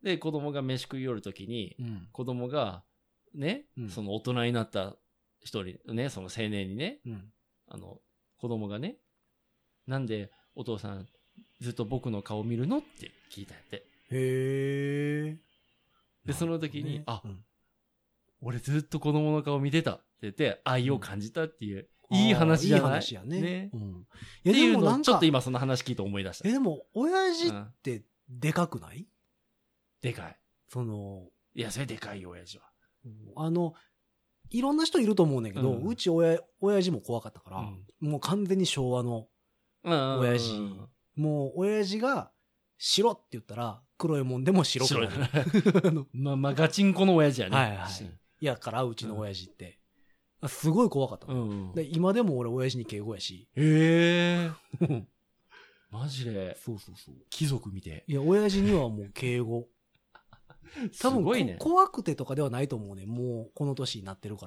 で、子供が飯食い寄るときに、子供が、ね、その大人になった一人、ね、その青年にね、子供がね、なんでお父さんずっと僕の顔見るのって聞いたんやって。
へー。
で、その時に、俺ずっと子供の顔見てたって言って、愛を感じたっていう、いい話じゃない？いい話やね。っていうのをちょっと今その話聞いて思い出した。
でも、親父ってでかくない？
でかい。いや、それでかいよ、親父は。
いろんな人いると思うねんだけど、うち親父も怖かったから、もう完全に昭和の親父。もう親父が白って言ったら、黒いもんでも白くなる。
まあ、ガチンコの親父やね。
はいはい。やから、うちの親父って。すごい怖かった。で今でも俺親父に敬語やし。
へえ。マジで。
そうそうそう。
貴族見て。
いや、親父にはもう敬語。多分、ね、怖くてとかではないと思うね。もうこの年になってるから。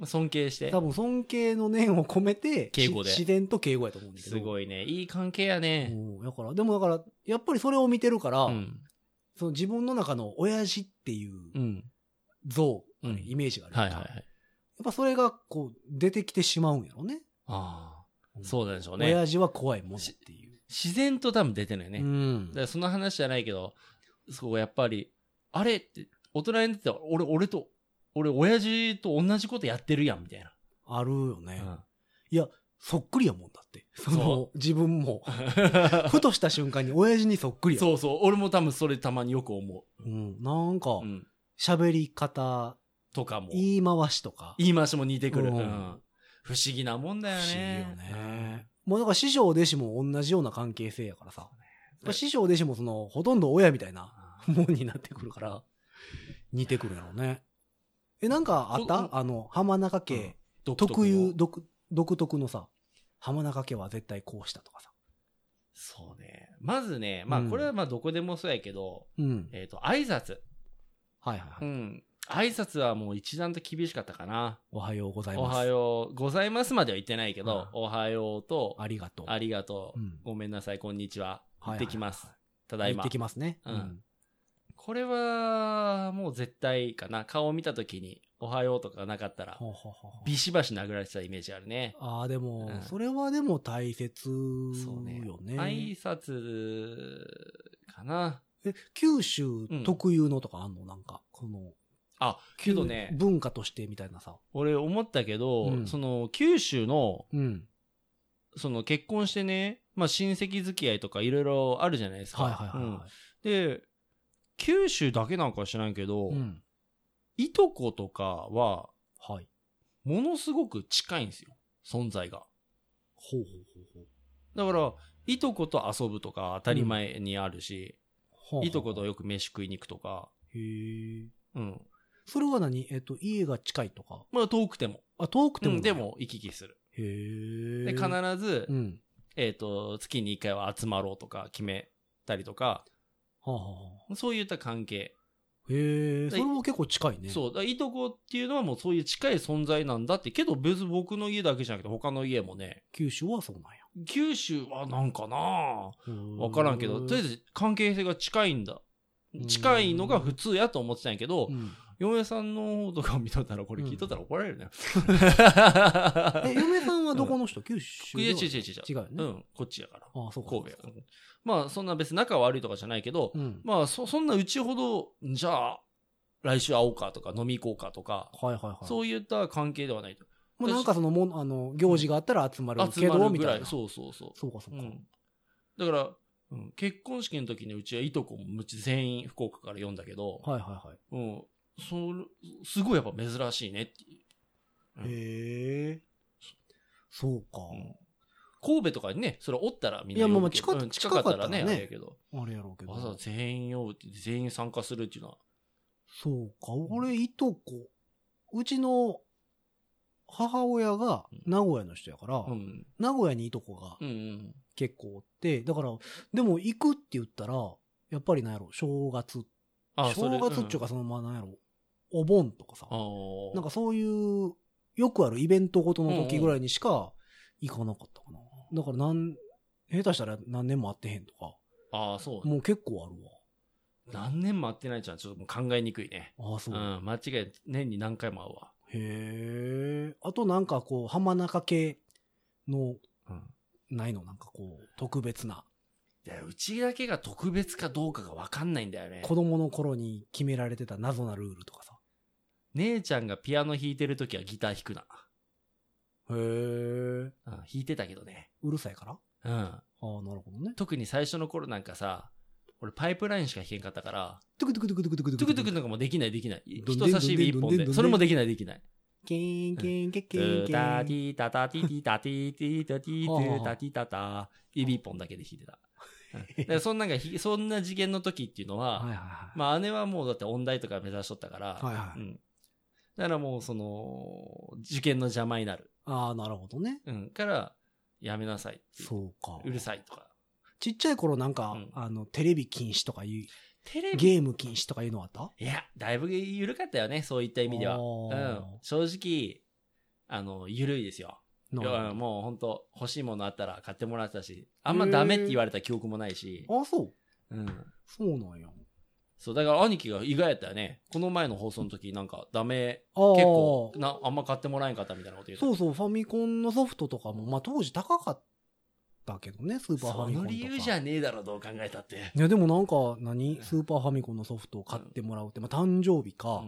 尊敬して。
多分尊敬の念を込めて、
敬語で。
自然と敬語やと思うんだけど。
すごいね。いい関係やね。
だから、やっぱりそれを見てるから、その自分の中の親父っていう像、イメージがあるから。やっぱそれがこう出てきてしまうんやろね。
ああ。そうなんでしょうね。
親父は怖いもんっていう。
自然と多分出てるよね。だからその話じゃないけど、そうやっぱり、あれって、大人になって俺、親父と同じことやってるやん、みたいな。
あるよね。いや、そっくりやもんだって。自分も。ふとした瞬間に親父にそっくりや。
そうそう。俺も多分それたまによく思
う。なんか、喋り方
とかも。
言い回しとか。
言い回しも似てくる。不思議なもんだよね。
不思議よね。もうだから師匠弟子も同じような関係性やからさ。師匠弟子もほとんど親みたいなもんになってくるから、似てくるやろうね。なんかあった？浜中家特有、独特のさ、浜中家は絶対こうしたとかさ。
そうね。まずね、まあこれはまあどこでもそうやけど、挨拶。
はいはいはい。
挨拶はもう一段と厳しかったかな。
おはようございます。
おはようございますまでは言ってないけど、おはようと、
ありがとう。
ありがとう。ごめんなさい、こんにちは。行ってきます。ただいま。
行ってきますね。
これは、もう絶対かな。顔を見たときに、おはようとかなかったら、ビシバシ殴られてたイメージあるね。
ああ、でも、それはでも大切よね。
挨拶かな。
九州特有のとかあんの？なんか、
けどね。
文化としてみたいなさ。
俺思ったけど、その、九州の、その結婚してね、まあ親戚付き合いとかいろいろあるじゃないですか。で、九州だけなんかは知らんけど、いとことかは、ものすごく近いんですよ。存在が。だから、いとこと遊ぶとか当たり前にあるし、いとことよく飯食いに行くとか。
それは何？家が近いとか？
まあ遠くても。
遠くても？
でも行き来する。で、必ず、月に1回は集まろうとか決めたりとか、そういった関係。
それも結構近いね。
そう。いとこっていうのはもうそういう近い存在なんだって。けど別に僕の家だけじゃなくて他の家もね。
九州はそうなんや。
九州はなんかなわからんけど、とりあえず関係性が近いんだ。近いのが普通やと思ってたんやけど、嫁さんの方とか見とったら、これ聞いとったら怒られるね。
嫁さんはどこの人？九州？
いや、違
うよね。
こっちやから。
そうか。
神戸やから。まあ、そんな別に仲悪いとかじゃないけど、まあ、そんなうちほど、じゃあ、来週会おうかとか、飲み行こうかとか、そういった関係ではないと。
もうなんか行事があったら集まるけど、みたいな。
そう。
そうか。
だから、結婚式の時にうちはいとこも全員福岡から読んだけど、すごいやっぱ珍しいねっていう。
へえ。そうか。
神戸とかにね、それおったらみんな。
いや、まあ近
かったらね、あれやけど。
あれやろうけど。
わざわざ全員呼ぶって、全員参加するっていうのは。
そうか。俺、いとこ。うちの母親が名古屋の人やから、名古屋にいとこが結構おって、だから、でも行くって言ったら、やっぱりなんやろ、正月っていうか、なんやろ、お盆とかさ、なんかそういう、よくあるイベントごとの時ぐらいにしか行かなかったかな。だから下手したら何年も会ってへんとか。
そう。
もう結構あるわ。
何年も会ってないじゃん。ちょっともう考えにくいね。
ああ、そう。
間違い、年に何回も会うわ。
へえ。あとなんかこう、浜中系の、ないのなんかこう、特別な。
うちだけが特別かどうかが分かんないんだよね。
子供の頃に決められてた謎なルールとかさ。
姉ちゃんがピアノ弾いてるときはギター弾くな。
へえ。
弾いてたけどね。
うるさいからああ、なるほどね。
特に最初の頃なんかさ、俺パイプラインしか弾けんかったから、
トゥクトゥクトゥクトゥクトゥク
トゥクトゥクなんかもうできない。人差し指一本で。それもできない。
ケーンケーンケッケーンケ
タ
ーン。
ティタタティティタティティタティティタティタタ。指一本だけで弾いてた。だからそんな次元の時っていうのは、まあ姉はもうだって音大とか目指しとったから、だからもう受験の邪魔になる。
ああ、なるほどね。
から、やめなさい。
そうか。
うるさいとか。
ちっちゃい頃なんか、テレビ禁止とかゲーム禁止とかいうのあった？
いや、だいぶ緩かったよね、そういった意味では。正直、緩いですよ。もう本当欲しいものあったら買ってもらってたし、あんまダメって言われた記憶もないし。
あ、そう。そうなんや。
そう、だから兄貴が意外やったよね。この前の放送の時なんかダメ、結構あんま買ってもらえんかったみたいなこと言ってた。
そうそう、ファミコンのソフトとかも、まあ当時高かったけどね、スーパーファミコンとか。
その理由じゃねえだろ、どう考えたって。
いや、でもなんか、スーパーファミコンのソフトを買ってもらうって、まあ誕生日か。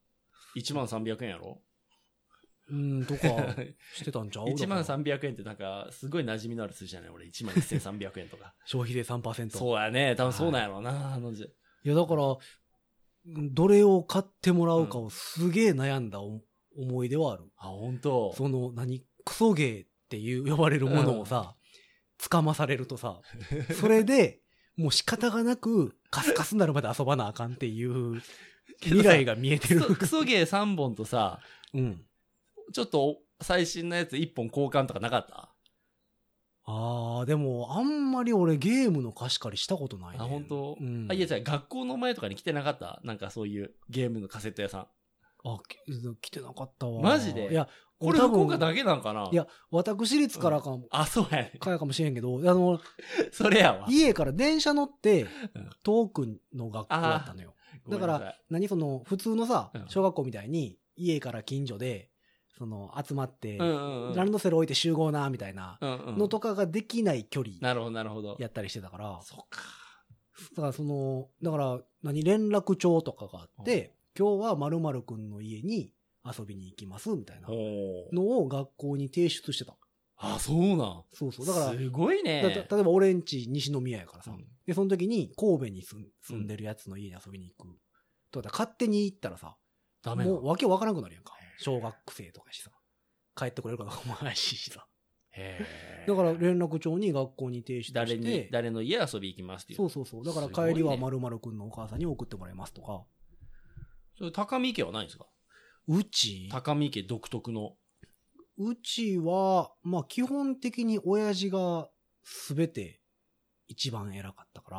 1300円やろ
とか、してたんちゃう
1300円ってなんか、すごい馴染みのある数字じゃない俺、11300円とか。
消費税 3%。
そうやね。多分そうなんやろうな、
いや、だから、どれを買ってもらうかをすげえ悩んだ思い出はある。
あ、本当。
クソゲーって呼ばれるものをさ、つかまされるとさ、それで、もう仕方がなく、カスカスになるまで遊ばなあかんっていう、未来が見えてる。
クソゲー3本とさ、ちょっと最新のやつ1本交換とかなかった？
でも、あんまり俺ゲームの貸し借りしたことないね。
あ、本当？いや、じゃあ学校の前とかに来てなかった？なんかそういうゲームのカセット屋さん。
来てなかったわ。
マジで？
いや、
これ福岡だけなんかな？
いや、私立からかも。
そうやね。
かもしれんけど、
それやわ。
家から電車乗って、遠くの学校だったのよ。だから、普通のさ、小学校みたいに、家から近所で、集まって、ランドセル置いて集合な、みたいなのとかができない距離。
なるほど。
やったりしてたから。
そっか。
だから、連絡帳とかがあって、今日は〇〇くんの家に遊びに行きます、みたいなのを学校に提出してた。
あ、そうなん。
そう。だから、
すごいね。
例えば俺んち西宮やからさ。で、その時に神戸に住んでるやつの家に遊びに行く。だから勝手に行ったらさ、もうわけわからなくなるやんか。小学生とかしさ。帰ってくれるかどうかもないしさ。だから連絡帳に学校に提出して。
誰の家遊び行きますっていう。
そう。だから帰りは〇〇くんのお母さんに送ってもらいますとか。
それ高見家はないんですか？高見家独特の。
うちは、まあ基本的に親父がすべて一番偉かったから。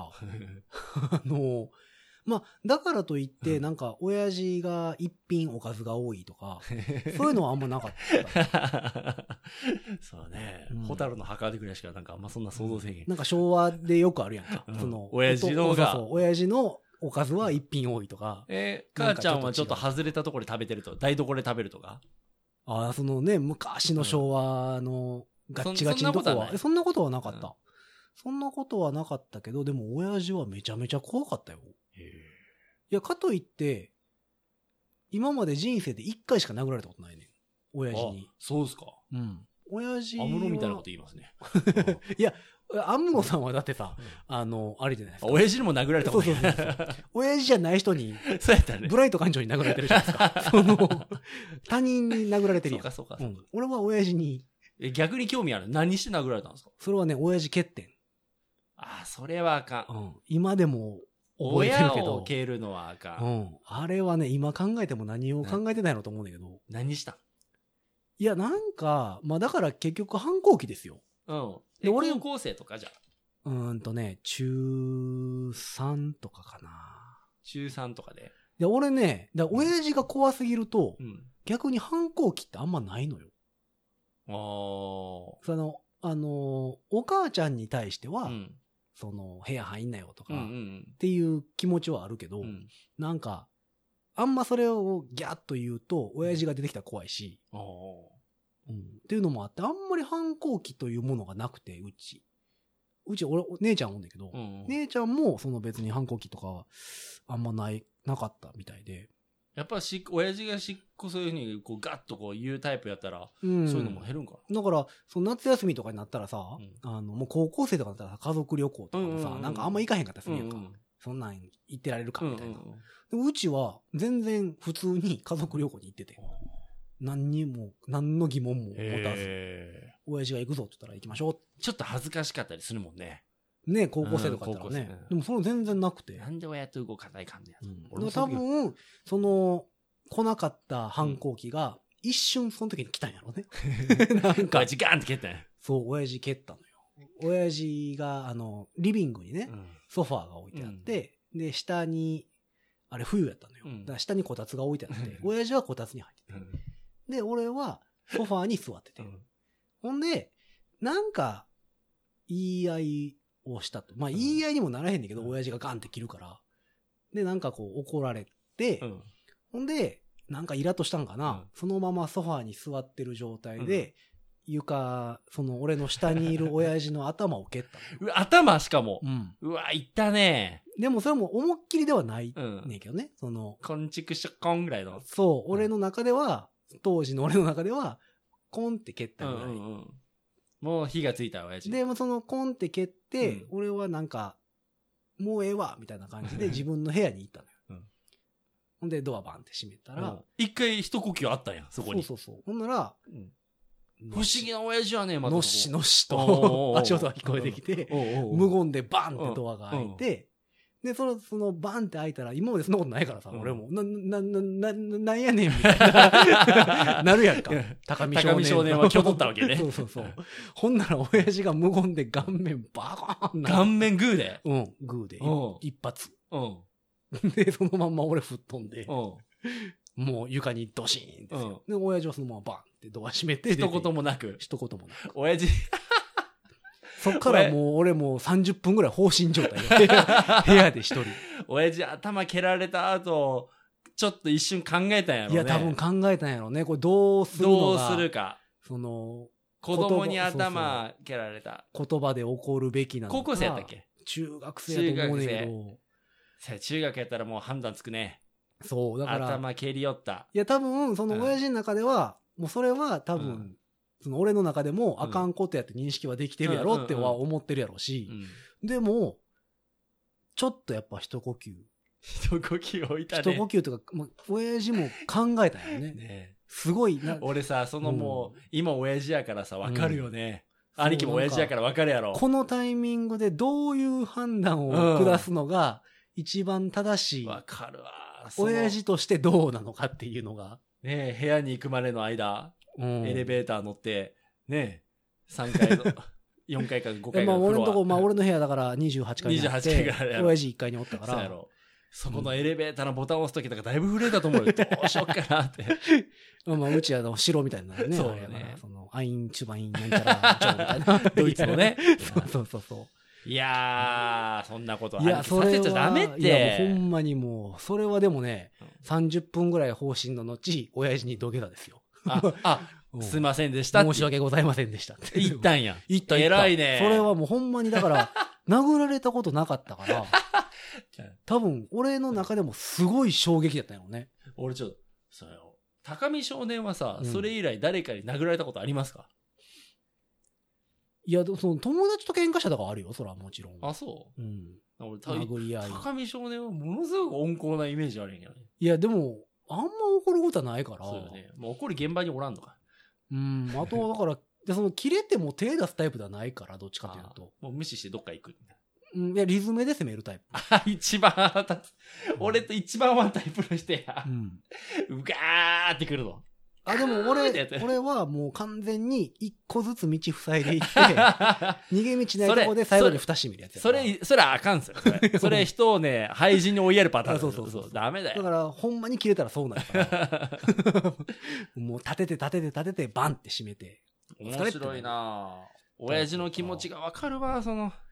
まあ、だからといって、なんか、親父が一品おかずが多いとか、そういうのはあんまなかった。
そうね。ホタルの墓でぐらいしか、なんかあんまそんな想像制限。
なんか昭和でよくあるやんか。
親父のが。
親父のおかずは一品多いとか。
母ちゃんはちょっと外れたところで食べてると、台所で食べるとか。
昔の昭和のガッチガチのとこは。そんなことはなかった。そんなことはなかったけど、でも親父はめちゃめちゃ怖かったよ。いや、かといって、今まで人生で一回しか殴られたことないね。親父に。
そうですか。
親父。
アムロみたいなこと言いますね。
いや、アムロさんはだってさ、あれじゃないですか。
親父にも殴られたことない。
親父じゃない人に、
そうやったね。
ブライト館長に殴られてるじゃないですか。他人に殴られてるやん。
そうか。
俺は親父に。
逆に興味ある。何して殴られたんですか？
それはね、親父欠点。
それはあかん。
今でも覚えてるけど。
親を蹴るのはあか
ん。あれはね、今考えても何を考えてないのと思うんだけど。
何した？
いや、なんか、まあだから結局反抗期ですよ。
で、俺高校生とかじゃ
中3とかかな。
中3とかで。
で、俺ね、親父が怖すぎると、逆に反抗期ってあんまないのよ。お母ちゃんに対しては、 その、部屋入んなよとか、っていう気持ちはあるけど、なんか、あんまそれをギャッと言うと、親父が出てきたら怖いし、っていうのもあって、あんまり反抗期というものがなくて、うち、俺、姉ちゃんおんだけど、姉ちゃんも、その別に反抗期とかは、あんまなかったみたいで。
やっぱ親父がそういうふうに、こう、ガッとこう言うタイプやったら、そういうのも減るんか
な。だから、その夏休みとかになったらさ、もう高校生とかだったら家族旅行とかもさ、なんかあんま行かへんかったりするやんか。そんなん行ってられるかみたいな。でもうちは、全然普通に家族旅行に行ってて。何の疑問も持たず、親父が行くぞって言ったら行きましょう。
ちょっと恥ずかしかったりするもんね。
ね、高校生とかだったらね。でもそれ全然なくて。
なんで親と動かないかんね
や。多分、その、来なかった反抗期が、一瞬その時に来たんやろね。
なんか、ガンって蹴ったんや。
そう、親父蹴ったのよ。親父が、リビングにね、ソファーが置いてあって、で、下に、あれ冬やったのよ。だから下にこたつが置いてあって、親父はこたつに入ってて。で、俺はソファーに座ってて。ほんで、なんか、言い合いをしたと。まあ、言い合いにもならへんねんけど、親父がガンって切るから。で、なんかこう怒られて、ほんで、なんかイラッとしたんかな、そのままソファーに座ってる状態で、その俺の下にいる親父の頭を蹴った。
頭しかも。うわ、いったね。
でもそれも思いっきりではないねんけどね。
コンチクショコンぐらいの。
そう、俺の中では、当時の俺の中では、コンって蹴ったぐらい。
もう火がついた親父。
でもそのコンって蹴って、俺はなんか、もうええわ、みたいな感じで自分の部屋に行ったのよ。ほんでドアバンって閉めたら、
一回一呼吸あったんや、そこに。
そう。ほんなら、
不思議な親父はね、
また。のっしのっしと、足音が聞こえてきて、無言でバンってドアが開いて、で、そのバンって開いたら、今までそんなことないからさ、俺も、なんやねん、みたいな、なるやんか。高見
少年は今日取ったわけね。
そう。ほんなら、親父が無言で顔面バコーン
顔面グーで
グーで。一発。で、そのまんま俺吹っ飛んで、もう床にドシーンですよ。で、親父はそのままバンってドア閉めて。
一言もなく。親父。
そっからもう俺も30分ぐらい放心状態で、部屋で一人。
親父頭蹴られた後、ちょっと一瞬考えたんやろね。
いや、多分考えたんやろね。これどうす
るか。子供に頭蹴られた。
言葉で怒るべきなのか。
高校生やったっけ？
中学生やと思うねんけど。
中学やったらもう判断つくね。
そう、だから。
頭蹴り寄った。
いや、多分、その親父の中では、もうそれは多分、その俺の中でもあかんことやって認識はできてるやろっては思ってるやろし、でも、ちょっとやっぱ一呼吸。
一呼吸置いたね。
一呼吸とか、親父も考えたんよね。すごいな。
俺さ、もう、今親父やからさ、わかるよね。兄貴も親父やからわかるやろ。
このタイミングでどういう判断を下すのが一番正しい。
わかるわ。
親父としてどうなのかっていうのが。
ねえ、部屋に行くまでの間、エレベーター乗って、ねえ、3階の、4階か5階かのフロア。
俺のとこ、俺の部屋だから28階にあって、親父1階におったから。
そうやろ。そこのエレベーターのボタンを押すときとかだいぶ震えたと思うよ。どうしよっかなって。
うちは城みたいなね。
そうよね。
アイン、チュバイン、なんちゃら、チョみたいな。
ドイツのね。
そう。
いやー、そんなこと
いや、それは。
させちゃダメって。
いや、ほんまにもう、それはでもね、30分ぐらい放心の後、親父に土下座ですよ。
すいませんでした。
申し訳ございませんでした。
言ったんや。
言った。
偉いね。
それはもうほんまにだから、殴られたことなかったから、多分、俺の中でもすごい衝撃だったよね。
俺ちょっと、そうよ。高見少年はさ、それ以来誰かに殴られたことありますか？
いや、その友達と喧嘩したとかあるよ、それはもちろん。
あ、そう？
俺、殴り合い。
高見少年はものすごく温厚なイメージあるんやね。
いや、でも、あんま怒ることはないから。
そうよね。もう怒る現場におらんのか。
あとはだから、切れても手出すタイプではないから、どっちかというと。
もう無視してどっか行く。
いや、リズムで攻めるタイプ。
一番腹立つ。俺と一番ワンタイプの人や。うがーってくるの。
でも俺はもう完全に一個ずつ道塞いでいって、逃げ道ないとこで最後に蓋閉めるやつや。
それはあかんすよ。それ人をね、廃人に追いやるパターン。
そう。
ダメだよ。
だからほんまに切れたらそうなるから。もう立ててバンって閉めて。
面白いなぁ。親父の気持ちがわかるわ、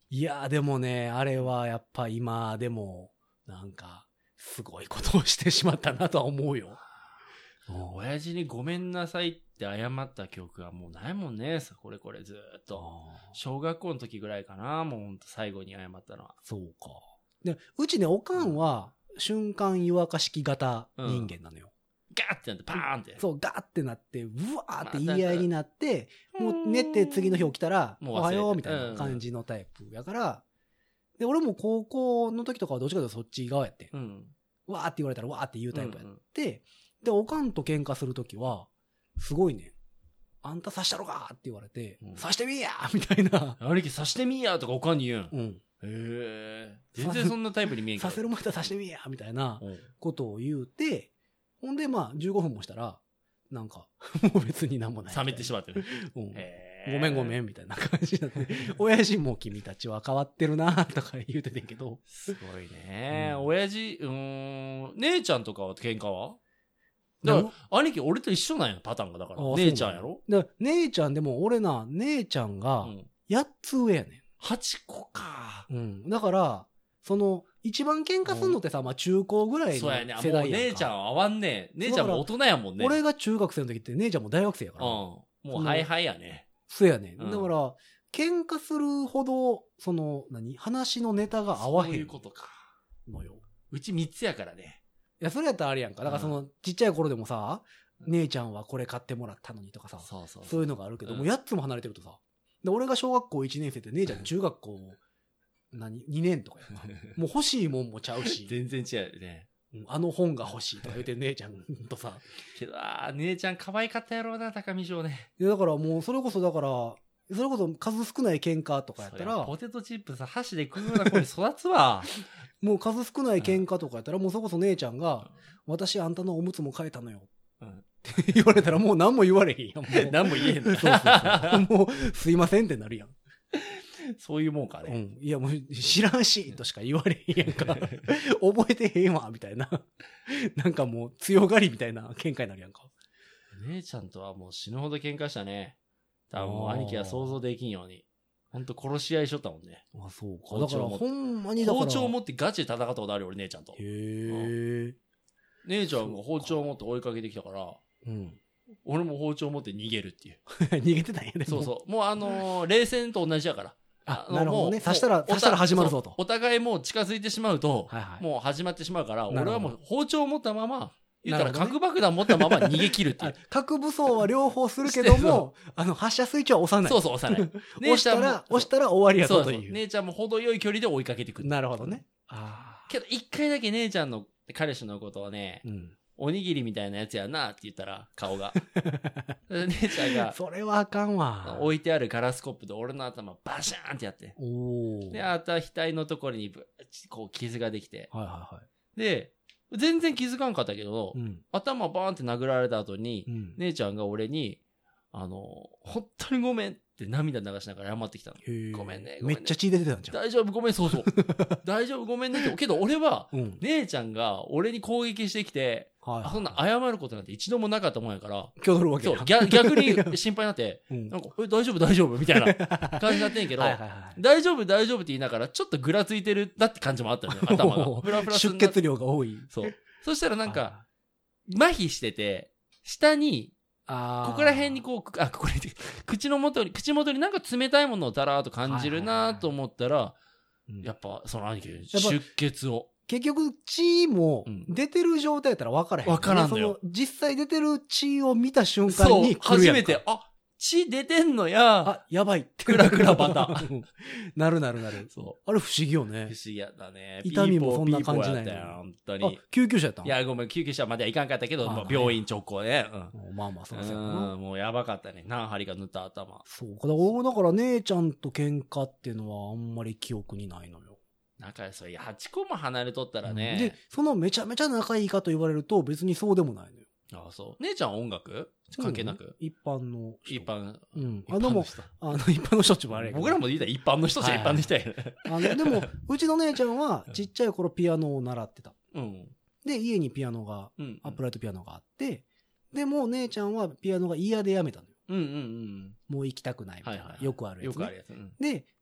いやでもね、あれはやっぱ今でも、なんか、すごいことをしてしまったなとは思うよ。
親父にごめんなさいって謝った記憶がもうないもんね。これずっと。小学校の時ぐらいかな。もうほんと最後に謝ったのは。
そうか。で、うちね、おかんは、瞬間湯沸かし器型人間なのよ。
ガーってなってパーンって。
そう、ガーってなって、うわーって言い合いになって、もう寝て次の日起きたら、おはようみたいな感じのタイプやから、で、俺も高校の時とかはどっちかというとそっち側やって。わーって言われたらわーって言うタイプやって、で、おかんと喧嘩するときは、すごいね、あんた刺したろかって言われて、刺してみーやみたいな。
兄貴刺してみーやとかおかんに言うん。へえ。全然そんなタイプに見えんけど。
刺せる前だ刺してみーやみたいなことを言うて、ほんでまあ15分もしたら、なんか、もう別になんもない。
冷めてしまってる。
ごめんみたいな感じになって、親父も君たちは変わってるなとか言うててんけど。
すごいね。親父、姉ちゃんとかは喧嘩はだから、兄貴俺と一緒なんや、パターンが。だから。姉ちゃんやろ？
だから姉ちゃんでも俺な、姉ちゃんが8つ上やねん。
8個か。
だから、一番喧嘩すんのってさ、まあ中高ぐらいの世代やんか。
そうやね。もう姉ちゃんは合わんねえ。姉ちゃんも大人やもんね。
俺が中学生の時って姉ちゃんも大学生やから。
もうハイハイやね。
そうやねん。だから、喧嘩するほど、話のネタが合わへん。
そういうことか。
のよ。
うち3つやからね。
いや、それやったらあれやんか。だからちっちゃい頃でもさ、姉ちゃんはこれ買ってもらったのにとかさ、そういうのがあるけど、もう8つも離れてるとさ、で、俺が小学校1年生って姉ちゃん中学校、2年とかやな。もう欲しいもんもちゃうし。
全然違うね。
あの本が欲しいとか言って姉ちゃんとさ。
けど、姉ちゃん可愛かったやろうな、高見城ね。
いや、だからもう、それこそ数少ない喧嘩とかやったら。
ポテトチップス箸で食うような子に育つわ。
もう数少ない喧嘩とかやったら、もうそれこそ姉ちゃんが、私あんたのおむつも変えたのよ。って言われたらもう何も言われへんやん。
何も言えへんの。
もう、すいませんってなるやん。
そういうもんかね。
いやもう知らんしとしか言われへんやんか。覚えてへんわ、みたいな。なんかもう強がりみたいな喧嘩になるやんか。
姉ちゃんとはもう死ぬほど喧嘩したね。多分もう兄貴は想像できんように。ほんと殺し合いしとったもんね。
あ、そうか。だからほんまにだから。
包丁持ってガチで戦ったことあるよ、俺姉ちゃんと。姉ちゃんが包丁持って追いかけてきたから、俺も包丁持って逃げるっていう。
逃げてたんやね。
そうそう。もう冷戦と同じやから。
なるほどね。刺したら始まるぞと。
お互いもう近づいてしまうと、もう始まってしまうから、俺はもう包丁を持ったまま、言ったら核爆弾持ったまま逃げ切るっていう。
核武装は両方するけども、発射スイッチは押さない。
そうそう、押さない。
押したら終わりやぞという。
姉ちゃんも程よい距離で追いかけてくる。
なるほどね。
けど一回だけ姉ちゃんの彼氏のことをね、おにぎりみたいなやつやなって言ったら、顔が。姉ちゃんが、
それはあかんわ。
置いてあるガラスコップで俺の頭バシャーンってやって。で、額のところにこう傷ができて。で、全然気づかんかったけど、頭バーンって殴られた後に、姉ちゃんが俺に、本当にごめんって涙流しながら謝ってきたの。ごめんね。
めっちゃ血出てたんじゃん。
大丈夫、ごめん、そうそう。大丈夫、ごめんねって。けど俺は、姉ちゃんが俺に攻撃してきて、そんな謝ることなんて一度もなかったもんやから、そう逆に心配になって、なんか、大丈夫、大丈夫みたいな感じになってんけど、大丈夫、大丈夫って言いながら、ちょっっとぐらついてるなって感じもあったのよ、頭が。フラフラ
出血量が多い。
そう。そしたらなんか、麻痺してて、下に、ここら辺にこう、ここに、口元になんか冷たいものをだらーっと感じるなと思ったら、やっぱ、その兄貴、出血を。
結局、血も出てる状態やったら分からへん。
分からんのよ。
実際出てる血を見た瞬間に
そう、初めて、血出てんのや。
やばいって。
クラクラバタ。
なる。そう。あれ不思議よね。
不思議やったね。
痛みもそんな感じない
のよ。本当に。
救急車やったん？
いや、ごめん、救急車まではいかんかったけど、病院直行ね。
まあ、そうですよ。
もうやばかったね。何針か塗った頭。
そうか。だから姉ちゃんと喧嘩っていうのはあんまり記憶にないのよ。
仲良さ、8個も離れとったらね。
で、そのめちゃめちゃ仲いいかと言われると別にそうでもないのよ。
ああ、そう。姉ちゃんは音楽関係なく、
一般の人。
一般。
うん。でも、一般の人ってもあれやけど。
僕らも言いたら一般の人じゃ一般の人やね。
でも、うちの姉ちゃんはちっちゃい頃ピアノを習ってた。
うん。
で、家にピアノが、アップライトピアノがあって、でも姉ちゃんはピアノが嫌でやめたのよ。もう行きたくないみたいな。よくあるやつ。
よくあるやつ。
で、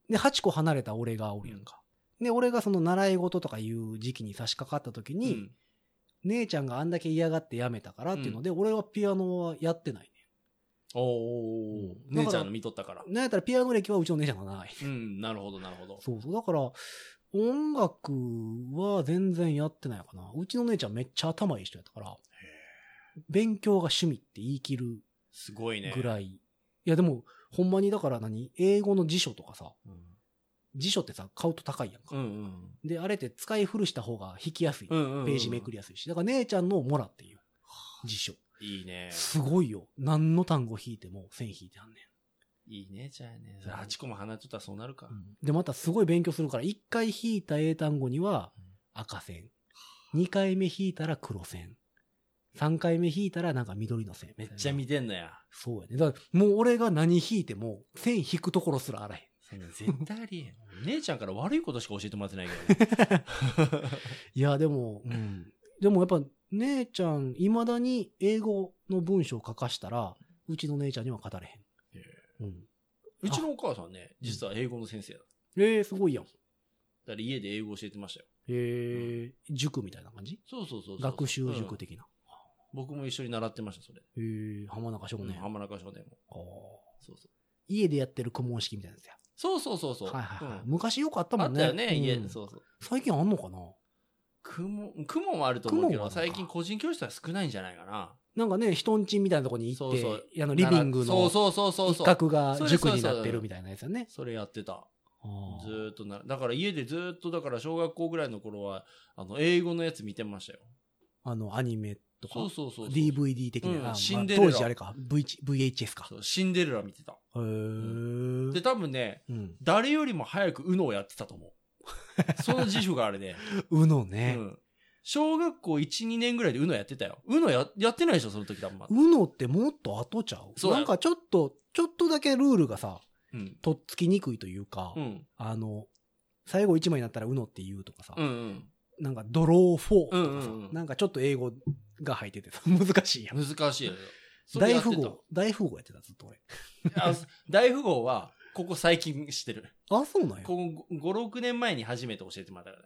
で、8個離れた俺がおるやんか。で、俺がその習い事とかいう時期に差し掛かった時に、姉ちゃんがあんだけ嫌がってやめたからっていうので、俺はピアノはやってないね。
おー、姉ちゃんの見とったから。
なんやったらピアノ歴はうちの姉ちゃんがない。
なるほど、なるほど。
そうそう。だから、音楽は全然やってないかな。うちの姉ちゃんめっちゃ頭いい人やったから、勉強が趣味って言い切る
すごいね。
ぐらい。いやでも、ほんまにだから英語の辞書とかさ、辞書ってさ、買うと高いやんか。で、あれって使い古した方が引きやすい。ページめくりやすいし。だから姉ちゃんのをもらっていう。辞書。
いいね。
すごいよ。何の単語引いても線引いてあんね
ん。いいね、じゃあね。8個も離れとったらそうなるか。
で、またすごい勉強するから、1回引いた英単語には赤線。2回目引いたら黒線。3回目引いたらなんか緑の線。
めっちゃ見てんのや。
そうやね。だからもう俺が何引いても線引くところすらあらへん。
そんな絶対ありえん。姉ちゃんから悪いことしか教えてもらってないけど、ね。
いや、でも、でもやっぱ姉ちゃん、未だに英語の文章を書かしたら、うちの姉ちゃんには語れへん。
うちのお母さんね、実は英語の先生だ。
すごいやん。だ
から家で英語教えてましたよ。
塾みたいな感じ？
そう。
学習塾的な。
僕も一緒に習ってました、それ。
浜中少年。
浜中少年も。
そう。家でやってる公文式みたいなやつや。
そう。
昔よくあったもんね。
あったよね、家で。そう。
最近あんのかな？
雲もあると思うけど、最近個人教室は少ないんじゃないかな。
なんかね、人んちみたいなとこに行って、リビングの一角が塾になってるみたいなやつよね。
それやってた。ずーっとだから家でずーっと、だから小学校ぐらいの頃は、英語のやつ見てましたよ。
アニメとか。
そう。
DVD 的な。
シンデレラ。
当時あれか。VHS か。
シンデレラ見てた。で、多分ね、誰よりも早く UNO をやってたと思う。その自負があれで。
UNO ね。
小学校1、2年ぐらいで UNO やってたよ。UNO やってないでしょ、その時だもん。
UNO ってもっと後ちゃう？なんかちょっとだけルールがさ、とっつきにくいというか、最後1枚になったら UNO って言うとかさ、なんかドロー4とかさ、なんかちょっと英語が入っててさ、難しいやん。
難しいよ。
大富豪やってた、ずっと俺。
大富豪は、ここ最近知ってる。
あ、そうなんや。
ここ5、6年前に初めて教えてもらったから。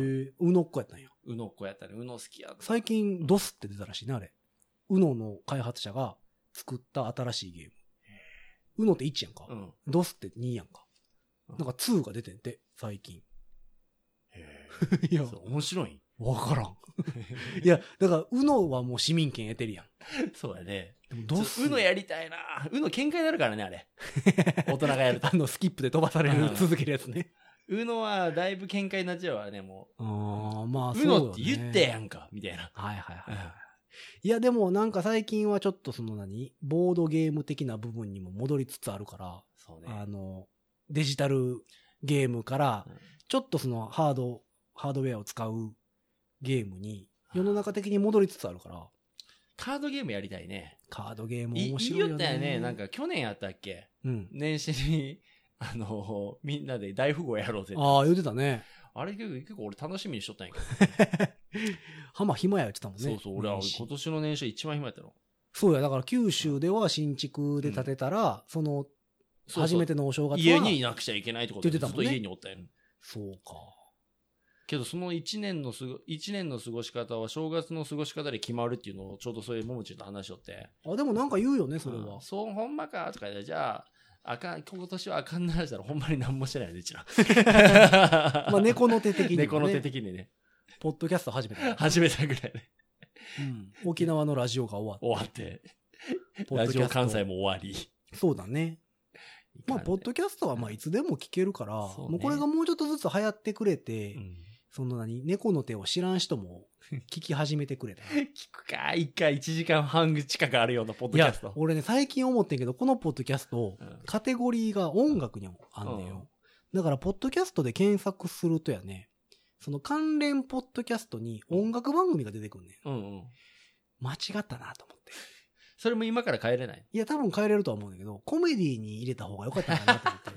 UNOっ子やったんや。
UNOっ子やったね。UNO好きやった。
最近 DOS って出たらしいね、あれ。UNO の開発者が作った新しいゲーム。UNO って1やんか。DOS って2やんか。なんか2が出てんて、最近。
いや、面白い。
わからん。いや、だから、UNO はもう市民権得てるやん。
そうやね。
でも、
UNO やりたいな。UNO 喧嘩になるからね、あれ。大人がやると。
スキップで飛ばされる、続けるやつね。
UNO はだいぶ喧嘩になっちゃうわね、もう。
まあ、そう
よね。UNO って言ってやんか、みたいな。
いや、でもなんか最近はちょっとボードゲーム的な部分にも戻りつつあるから、
そうね。
デジタルゲームから、ちょっとハードウェアを使うゲームに世の中的に戻りつつあるから。
カードゲームやりたいね。
カードゲーム面白いよね。
言ったよね。なんか去年やったっけ？年始に、みんなで大富豪やろうぜって。
ああ、言ってたね。
あれ結構俺楽しみにしとったんやけど。
浜暇や言ってたもんね。
そう。俺は今年の年始一番暇やったの。
そうや、だから九州では新築で建てたら、初めてのお正月は
家にいなくちゃいけないってことでずっと家におったやん。
そうか。
けどその1年の過ごし方は正月の過ごし方で決まるっていうのをちょうどそういうももちと話しとって。
でもなんか言うよね、それは。
そう、ほんまかとかで、じゃあ、今年はあかんならしたらほんまに何もしてないよね、うちら。
まあ猫の手的にね。
猫の手的にね。
ポッドキャスト始めた。
始めたぐらいね。
沖縄のラジオが終わって。
ラジオ関西も終わり。
そうだね。まあ、ポッドキャストはまあいつでも聞けるから、もうこれがもうちょっとずつ流行ってくれて、猫の手を知らん人も聞き始めてくれた。
聞くか、1回1時間半近くあるようなポッドキャスト。
俺ね、最近思ってんけど、このポッドキャスト、カテゴリーが音楽にもあんねんよ。だから、ポッドキャストで検索するとやね、その関連ポッドキャストに音楽番組が出てくんねん。間違ったなと思って。
それも今から変えれない？
いや、多分変えれるとは思うんだけど、コメディに入れた方が良かったかなと思って。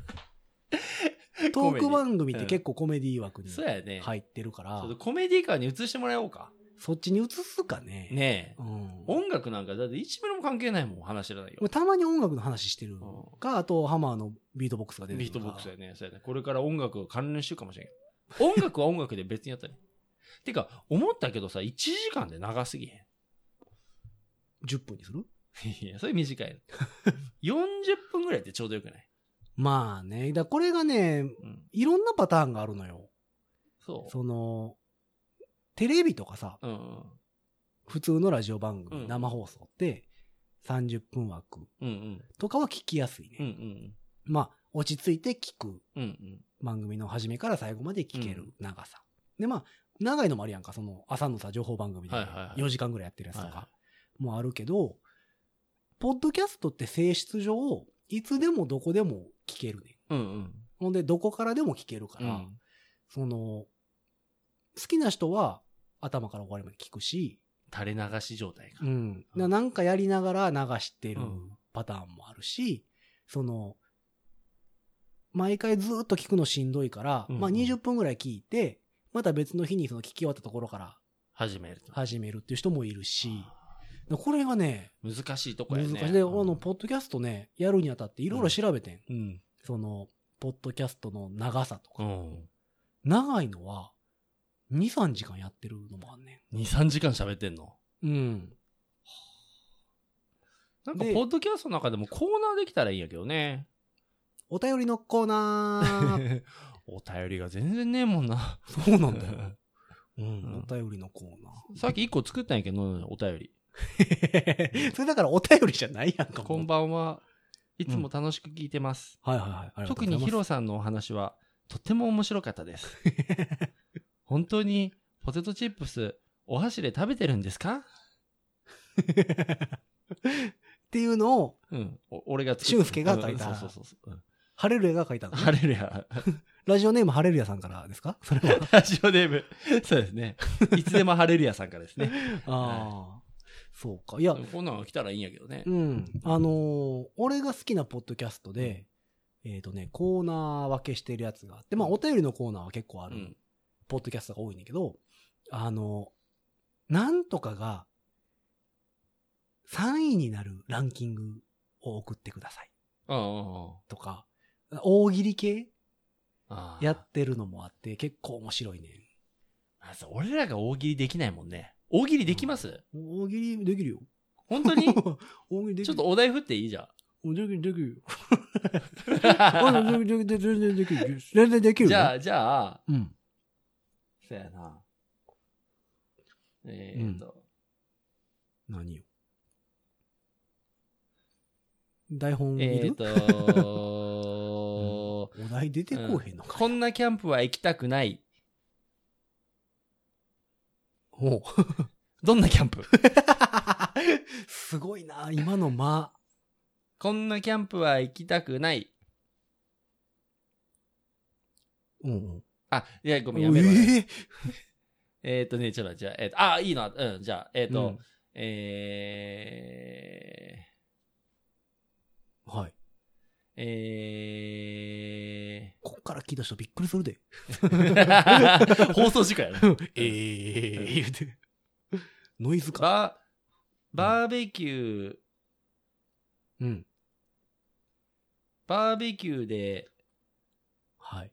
トーク番組って結構コメディ枠に入ってるから。
コメディ界に移してもらおうか。
そっちに移すかね。
ねえ。音楽なんか、だって1ミリも関係ないもん、話知らないよ。
たまに音楽の話してるか、あと、ハマーのビートボックスが出てくるか。
ビートボックスやね。そうやね。これから音楽が関連してるかもしれん。音楽は音楽で別にやったり。てか、思ったけどさ、1時間で長すぎへん。
10分にする？
いや、それ短い。40分ぐらいってちょうどよくない？
まあね。これがね、いろんなパターンがあるのよ。
そう。
その、テレビとかさ、普通のラジオ番組、生放送って30分枠とかは聞きやすいね。まあ、落ち着いて聞く。番組の初めから最後まで聞ける長さ。で、まあ、長いのもあるやんか。その、朝のさ、情報番組で4時間ぐらいやってるやつとかもあるけど、ポッドキャストって性質上、いつでもどこでも聞けるね。ほんで、どこからでも聞けるから、その、好きな人は頭から終わりまで聞くし、
垂れ流し状態か。
なんかやりながら流してるパターンもあるし、その、毎回ずっと聞くのしんどいから、まあ20分ぐらい聞いて、また別の日にその聞き終わったところから
始める
っていう人もいるし、これがね、
難しいとこやね。
難しい。で、ポッドキャストね、やるにあたっていろいろ調べてん。その、ポッドキャストの長さとか。長いのは、2、3時間やってるのもあんね
ん。2、3時間喋ってんの？なんか、ポッドキャストの中でもコーナーできたらいいんやけどね。
お便りのコーナー。
お便りが全然ねえもんな。
そうなんだよ。お便りのコーナ
ー。さっき1個作ったんやけど、お便り。
それだからお便りじゃないやんか。
こんばんは。いつも楽しく聞いてます。特にヒロさんのお話は、とっても面白かったです。本当に、ポテトチップス、お箸で食べてるんですか？
っていうのを、
俺が
俊介が書いた。ハレルヤが書いたの。
ハレルヤ。
ラジオネームハレルヤさんからですか？それは。
ラジオネーム。そうですね。いつでもハレルヤさんからですね。
ああ。そうか。いや。
こんなの来たらいいんやけどね。
俺が好きなポッドキャストで、コーナー分けしてるやつがあって、まあ、お便りのコーナーは結構ある、ポッドキャストが多いんだけど、なんとかが、3位になるランキングを送ってください。とか、大喜利系やってるのもあって、結構面白いね。
俺らが大喜利できないもんね。大喜利できます？
大喜利できるよ。
本当に？
大喜利できる。
ちょっとお題振っていいじゃん。
できるよ。全然できる。
じゃあ、そうやな。
何よ。台本いる？お題出てこうへんのか。
こんなキャンプは行きたくない。どんなキャンプ？
すごいな、今の間。
こんなキャンプは行きたくない。あ、いや、ごめん、やめろ。ちょっと、じゃあ、いいな、じゃあ、
はい。こっから聞いた人びっくりするで。
放送時間やな。
言うて。ノイズか。
バーベキュー。バーベキューで。
はい。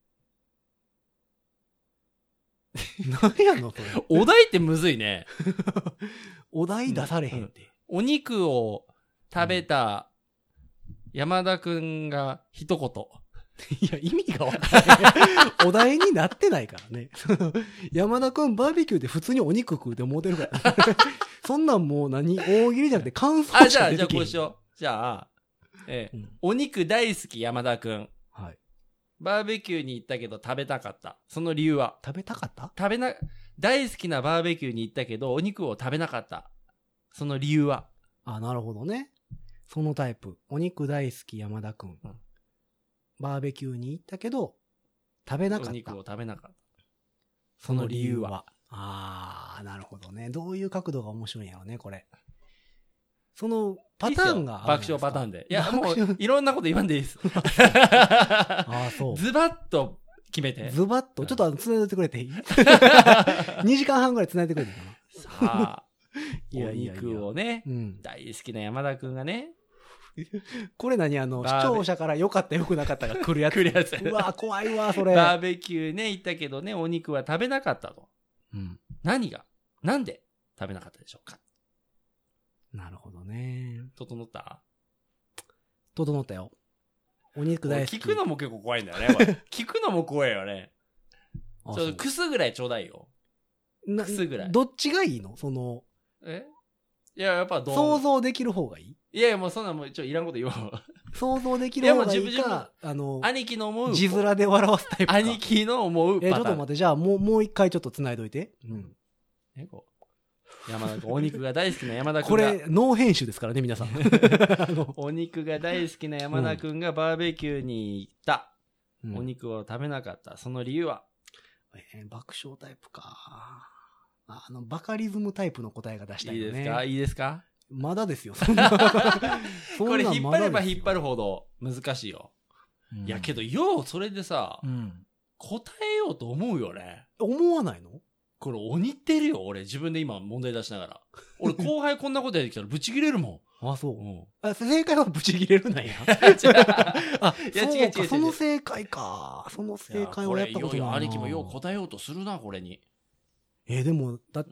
何やのそれ。
お題ってむずいね。
お題出されへんて。
お肉を食べた山田くんが一言。
いや、意味がわからない。お題になってないからね。山田くんバーベキューで普通にお肉食うて思うてるから。そんなんもう大喜利じゃなくて感想しか出てけへん。
じゃあこうしよう。じゃあ、お肉大好き山田くん。
はい。
バーベキューに行ったけど食べたかった。その理由は？
食べたかった？
大好きなバーベキューに行ったけどお肉を食べなかった。その理由は？
なるほどね。そのタイプ。お肉大好き山田くん。バーベキューに行ったけど、食べなかった。お
肉を食べなかった。
その理由は？なるほどね。どういう角度が面白いんやろうね、これ。その、パターンが
爆笑パターンで。いや、もう、いろんなこと言わんでいいです。
そう。
ズバッと決めて。
ズバッと、ちょっと繋いでてくれていい ?2 時間半ぐらい繋いでくれていいかな。
さあ、
いやいやいや
お肉をね、
うん。
大好きな山田くんがね、
これ何視聴者から良かった良くなかったが来るやつ。
来るやつ。
うわ、怖いわ、それ。
バーベキューね、行ったけどね、お肉は食べなかったと。
うん。
なんで食べなかったでしょうか。
なるほどね。
整った？
整ったよ。お肉大好き。
聞くのも結構怖いんだよね。これ聞くのも怖いよね。
あ、
ちょっとクスぐらいちょうだいよ。クスぐらい。
どっちがいいの
いや、やっぱ
想像できる方がいい？
いやいや、もうそんなもういらんこと言おう。
想像できる方がいいか、
兄貴の思う。
字面で笑わすタイプか。
兄貴の思うパターン。
ちょっと待って、じゃあもう一回ちょっと繋いどいて。うん。
山田君、お肉が大好きな山田君
これ、ノー編集ですからね、皆さん。
お肉が大好きな山田君がバーベキューに行った。
うん、
お肉を食べなかった。その理由は？
爆笑タイプか。バカリズムタイプの答えが出したいよね。
いいですか
まだですよ。
これ引っ張れば引っ張るほど難しいよ。いやけど、それでさ、答えようと思うよね。
思わないの？
これ鬼ってるよ、俺。自分で今問題出しながら。俺後輩こんなことやってきたらブチ切れるもん。
あ、そう。正解はブチ切れるなんや。あ、いや違う。その正解か。その正解をやったことないな。
兄貴もよう答えようとするな、これに。
でも、だって、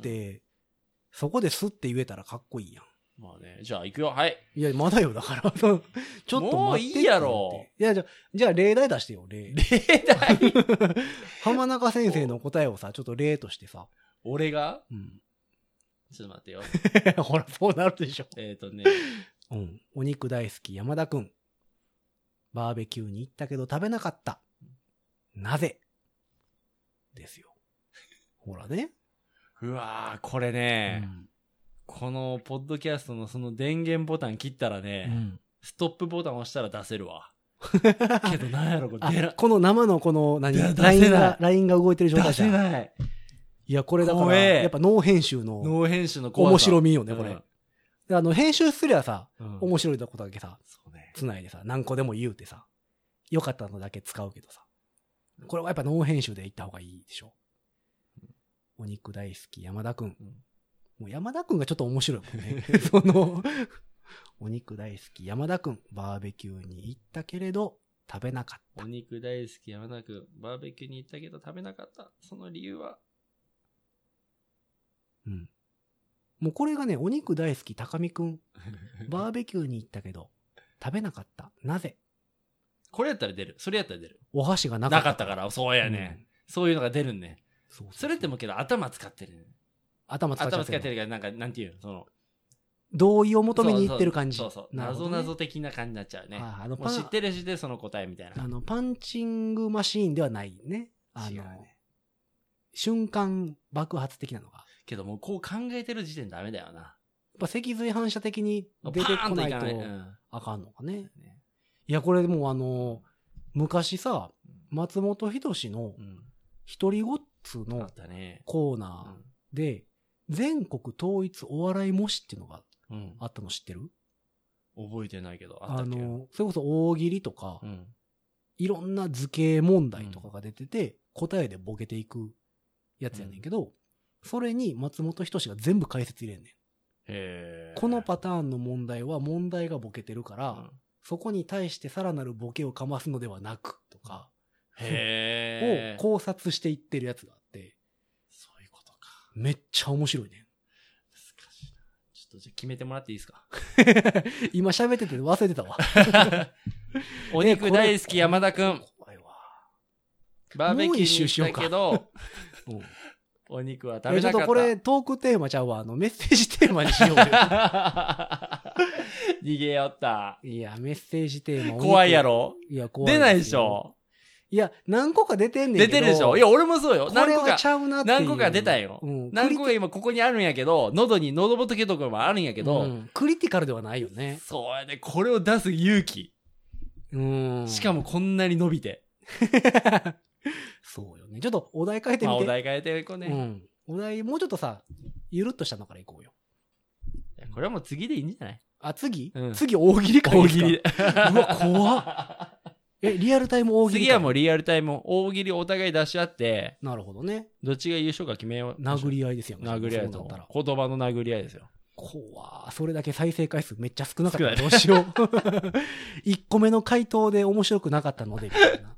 そこですって言えたらかっこいいやん。
まあね。じゃあ行くよ。はい。
いや、まだよ、だから。ちょっと待って。もうい
いやろ。
いや、じゃあ例題出してよ、例
題
浜中先生の答えをさ、ちょっと例としてさ。
俺が？
うん。
ちょっと待ってよ。
ほら、そうなるでしょ。うん。お肉大好き山田くん。バーベキューに行ったけど食べなかった。なぜ？ですよ。ほらね。
うわー、これね、このポッドキャストのその電源ボタン切ったらね、ストップボタン押したら出せるわ。けどなんやろ、
この生のこのラインが動いてる状態じゃん。
出せない。
いや、これだから、やっぱノー編集の面白みよね、これ。編集すりゃさ、面白いことだけさ、繋いでさ、何個でも言うてさ、良かったのだけ使うけどさ。これはやっぱノー編集で言った方がいいでしょ。お肉大好き山田くん。もう山田くんがちょっと面白いもんね。お肉大好き山田くん。バーベキューに行ったけれど、食べなかった。
お肉大好き山田くん。バーベキューに行ったけど食べなかった。その理由は？
もうこれがね、お肉大好き高見くん。バーベキューに行ったけど、食べなかった。なぜ？
これやったら出る。それやったら出る。
お箸がなかったから。
そうやね。そういうのが出るんね。それってもけど頭使ってる。
頭使ってる
からなんていうの
同意を求めに行ってる感じ。
そう。謎的な感じになっちゃうね。もう知ってるしでその答えみたいな。
パンチングマシーンではないね。瞬間爆発的なのが。
けどもうこう考えてる時点でダメだよな。やっ
ぱ脊髄反射的に出てこないとあかんのかね。いや、これでも昔さ、松本人志の一人ごっつのコーナーで、全国統一お笑い模試っていうのがあったの知ってる？
覚えてないけど、あったっけ？
それこそ大喜利とか、いろんな図形問題とかが出てて、答えでボケていくやつやねんけど、それに松本人志が全部解説入れんねん。このパターンの問題は問題がボケてるから、そこに対してさらなるボケをかますのではなく、とか、を考察していってるやつがあって、
そういうことか。
めっちゃ面白いね。
難しいな。ちょっとじゃあ決めてもらっていいですか？
今喋ってて忘れてたわ。
お肉大好き山田くん。怖いわ。バーベキューに行ったけど、お肉は食べなかった。
ちょっとこれトークテーマちゃうわ。メッセージテーマにしようよ。
逃げよった。
いや、メッセージテーマ。
怖いやろ？
いや、怖い。
出ないでしょ？
いや、何個か出てんねんけど。
出てるでしょ？いや、俺もそうよ。
これはちゃうなっていう。
何個か出たよ。何個か今ここにあるんやけど、喉仏とかもあるんやけど、
クリティカルではないよね。
そうやね。これを出す勇気。しかもこんなに伸びて。
そうよね。ちょっとお題変えてみて。
お題変えていこうね。
お題もうちょっとさ、ゆるっとしたのからいこうよ。
いや、これはもう次でいいんじゃない？
次？次大喜利か。
大喜利。
うわ、怖っ。 リアルタイム大喜利。
次はもうリアルタイム大喜利お互い出し合って、
なるほどね。
どっちが優勝か決めよう。
殴り合いですよね。
殴り合いと。言葉の殴り合いですよ。
怖それだけ再生回数めっちゃ少なかったらどうしよう。1個目の回答で面白くなかったので、みたいな。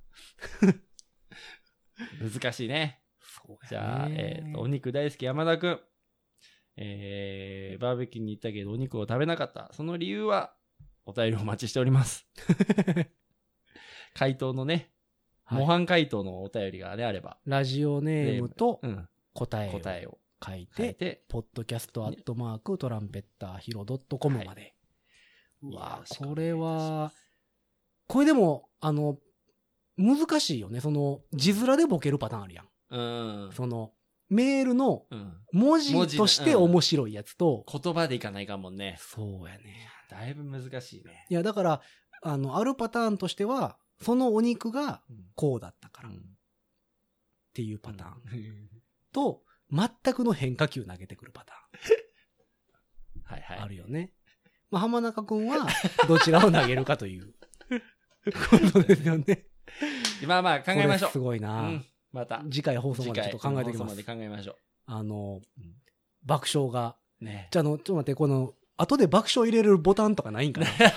難しいね。
そう
じゃあ、お肉大好き山田くん。バーベキューに行ったけどお肉を食べなかった。その理由は、お便りお待ちしております。回答のね、模範回答のお便りがね、あれば。
ラジオネームと答えを書いて、podcast@trumpetterhero.com まで。うわこれは、これでも、難しいよね。その、字面でボケるパターンあるやん。その、メールの文字として面白いやつと、
言葉でいかないかもね。
そうやね。
だいぶ難しいね。
いや、だから、あるパターンとしては、そのお肉がこうだったから。っていうパターン。と、全くの変化球投げてくるパターン。はいはい。あるよね。まあ、浜中くんは、どちらを投げるかという、ことですよね。
まあまあ、考えましょう。
すごいな、また。次回放送までちょっと考えておきます。
次回放送まで考えましょう。
爆笑が。
ね。
じゃあ、ちょっと待って、後で爆笑入れるボタンとかないんかなショ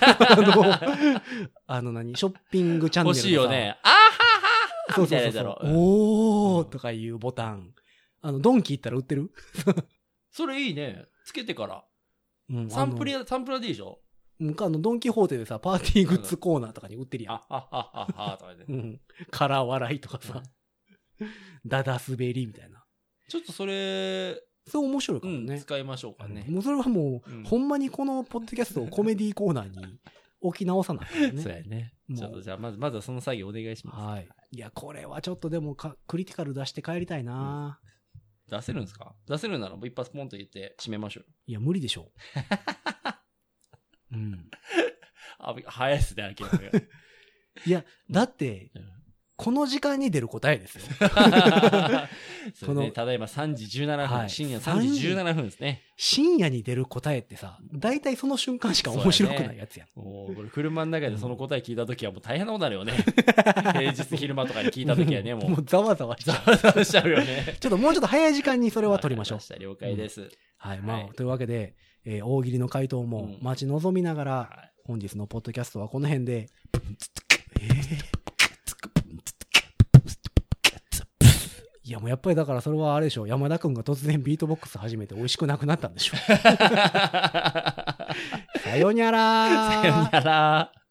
ッピングチャンネルとか。欲しいよね。あははそうそうそう。おーとかいうボタン。ドンキ行ったら売ってる
それいいね。つけてから。サンプラでいいでしょ
ドンキホーテでさ、パーティーグッズコーナーとかに売ってるやん。とかね。空笑いとかさ。ダダ滑りみたいな。
ちょっとそれ、
そう面白いかもね。
使いましょうかね。
もうそれはもう、ほんまにこのポッドキャストをコメディーコーナーに置き直さないからね。
そうやね。ちょっとじゃあまずはその作業お願いします。
はい。いや、これはちょっとでもクリティカル出して帰りたいな、
出せるんですか？出せるなら一発ポンと言って締めましょう。
いや、無理でしょう。
早いっすね、諦めが。
いや、だって、この時間に出る答えですよ。
ただいま3時17分、深夜3時17分ですね。
深夜に出る答えってさ、大体その瞬間しか面白くないやつやん。
これ車の中でその答え聞いたときはもう大変なことになるよね。平日昼間とかに聞いたときはね、も
うざわざわしちゃう。
ざわざわしちゃうよね。
ちょっともうちょっと早い時間にそれは取りましょう。
了解です。
はい、というわけで、大喜利の回答も待ち望みながら、本日のポッドキャストはこの辺で、いやもうやっぱりだからそれはあれでしょ。山田くんが突然ビートボックス始めて美味しくなくなったんでしょ。さよにゃらー。
さよにゃらー。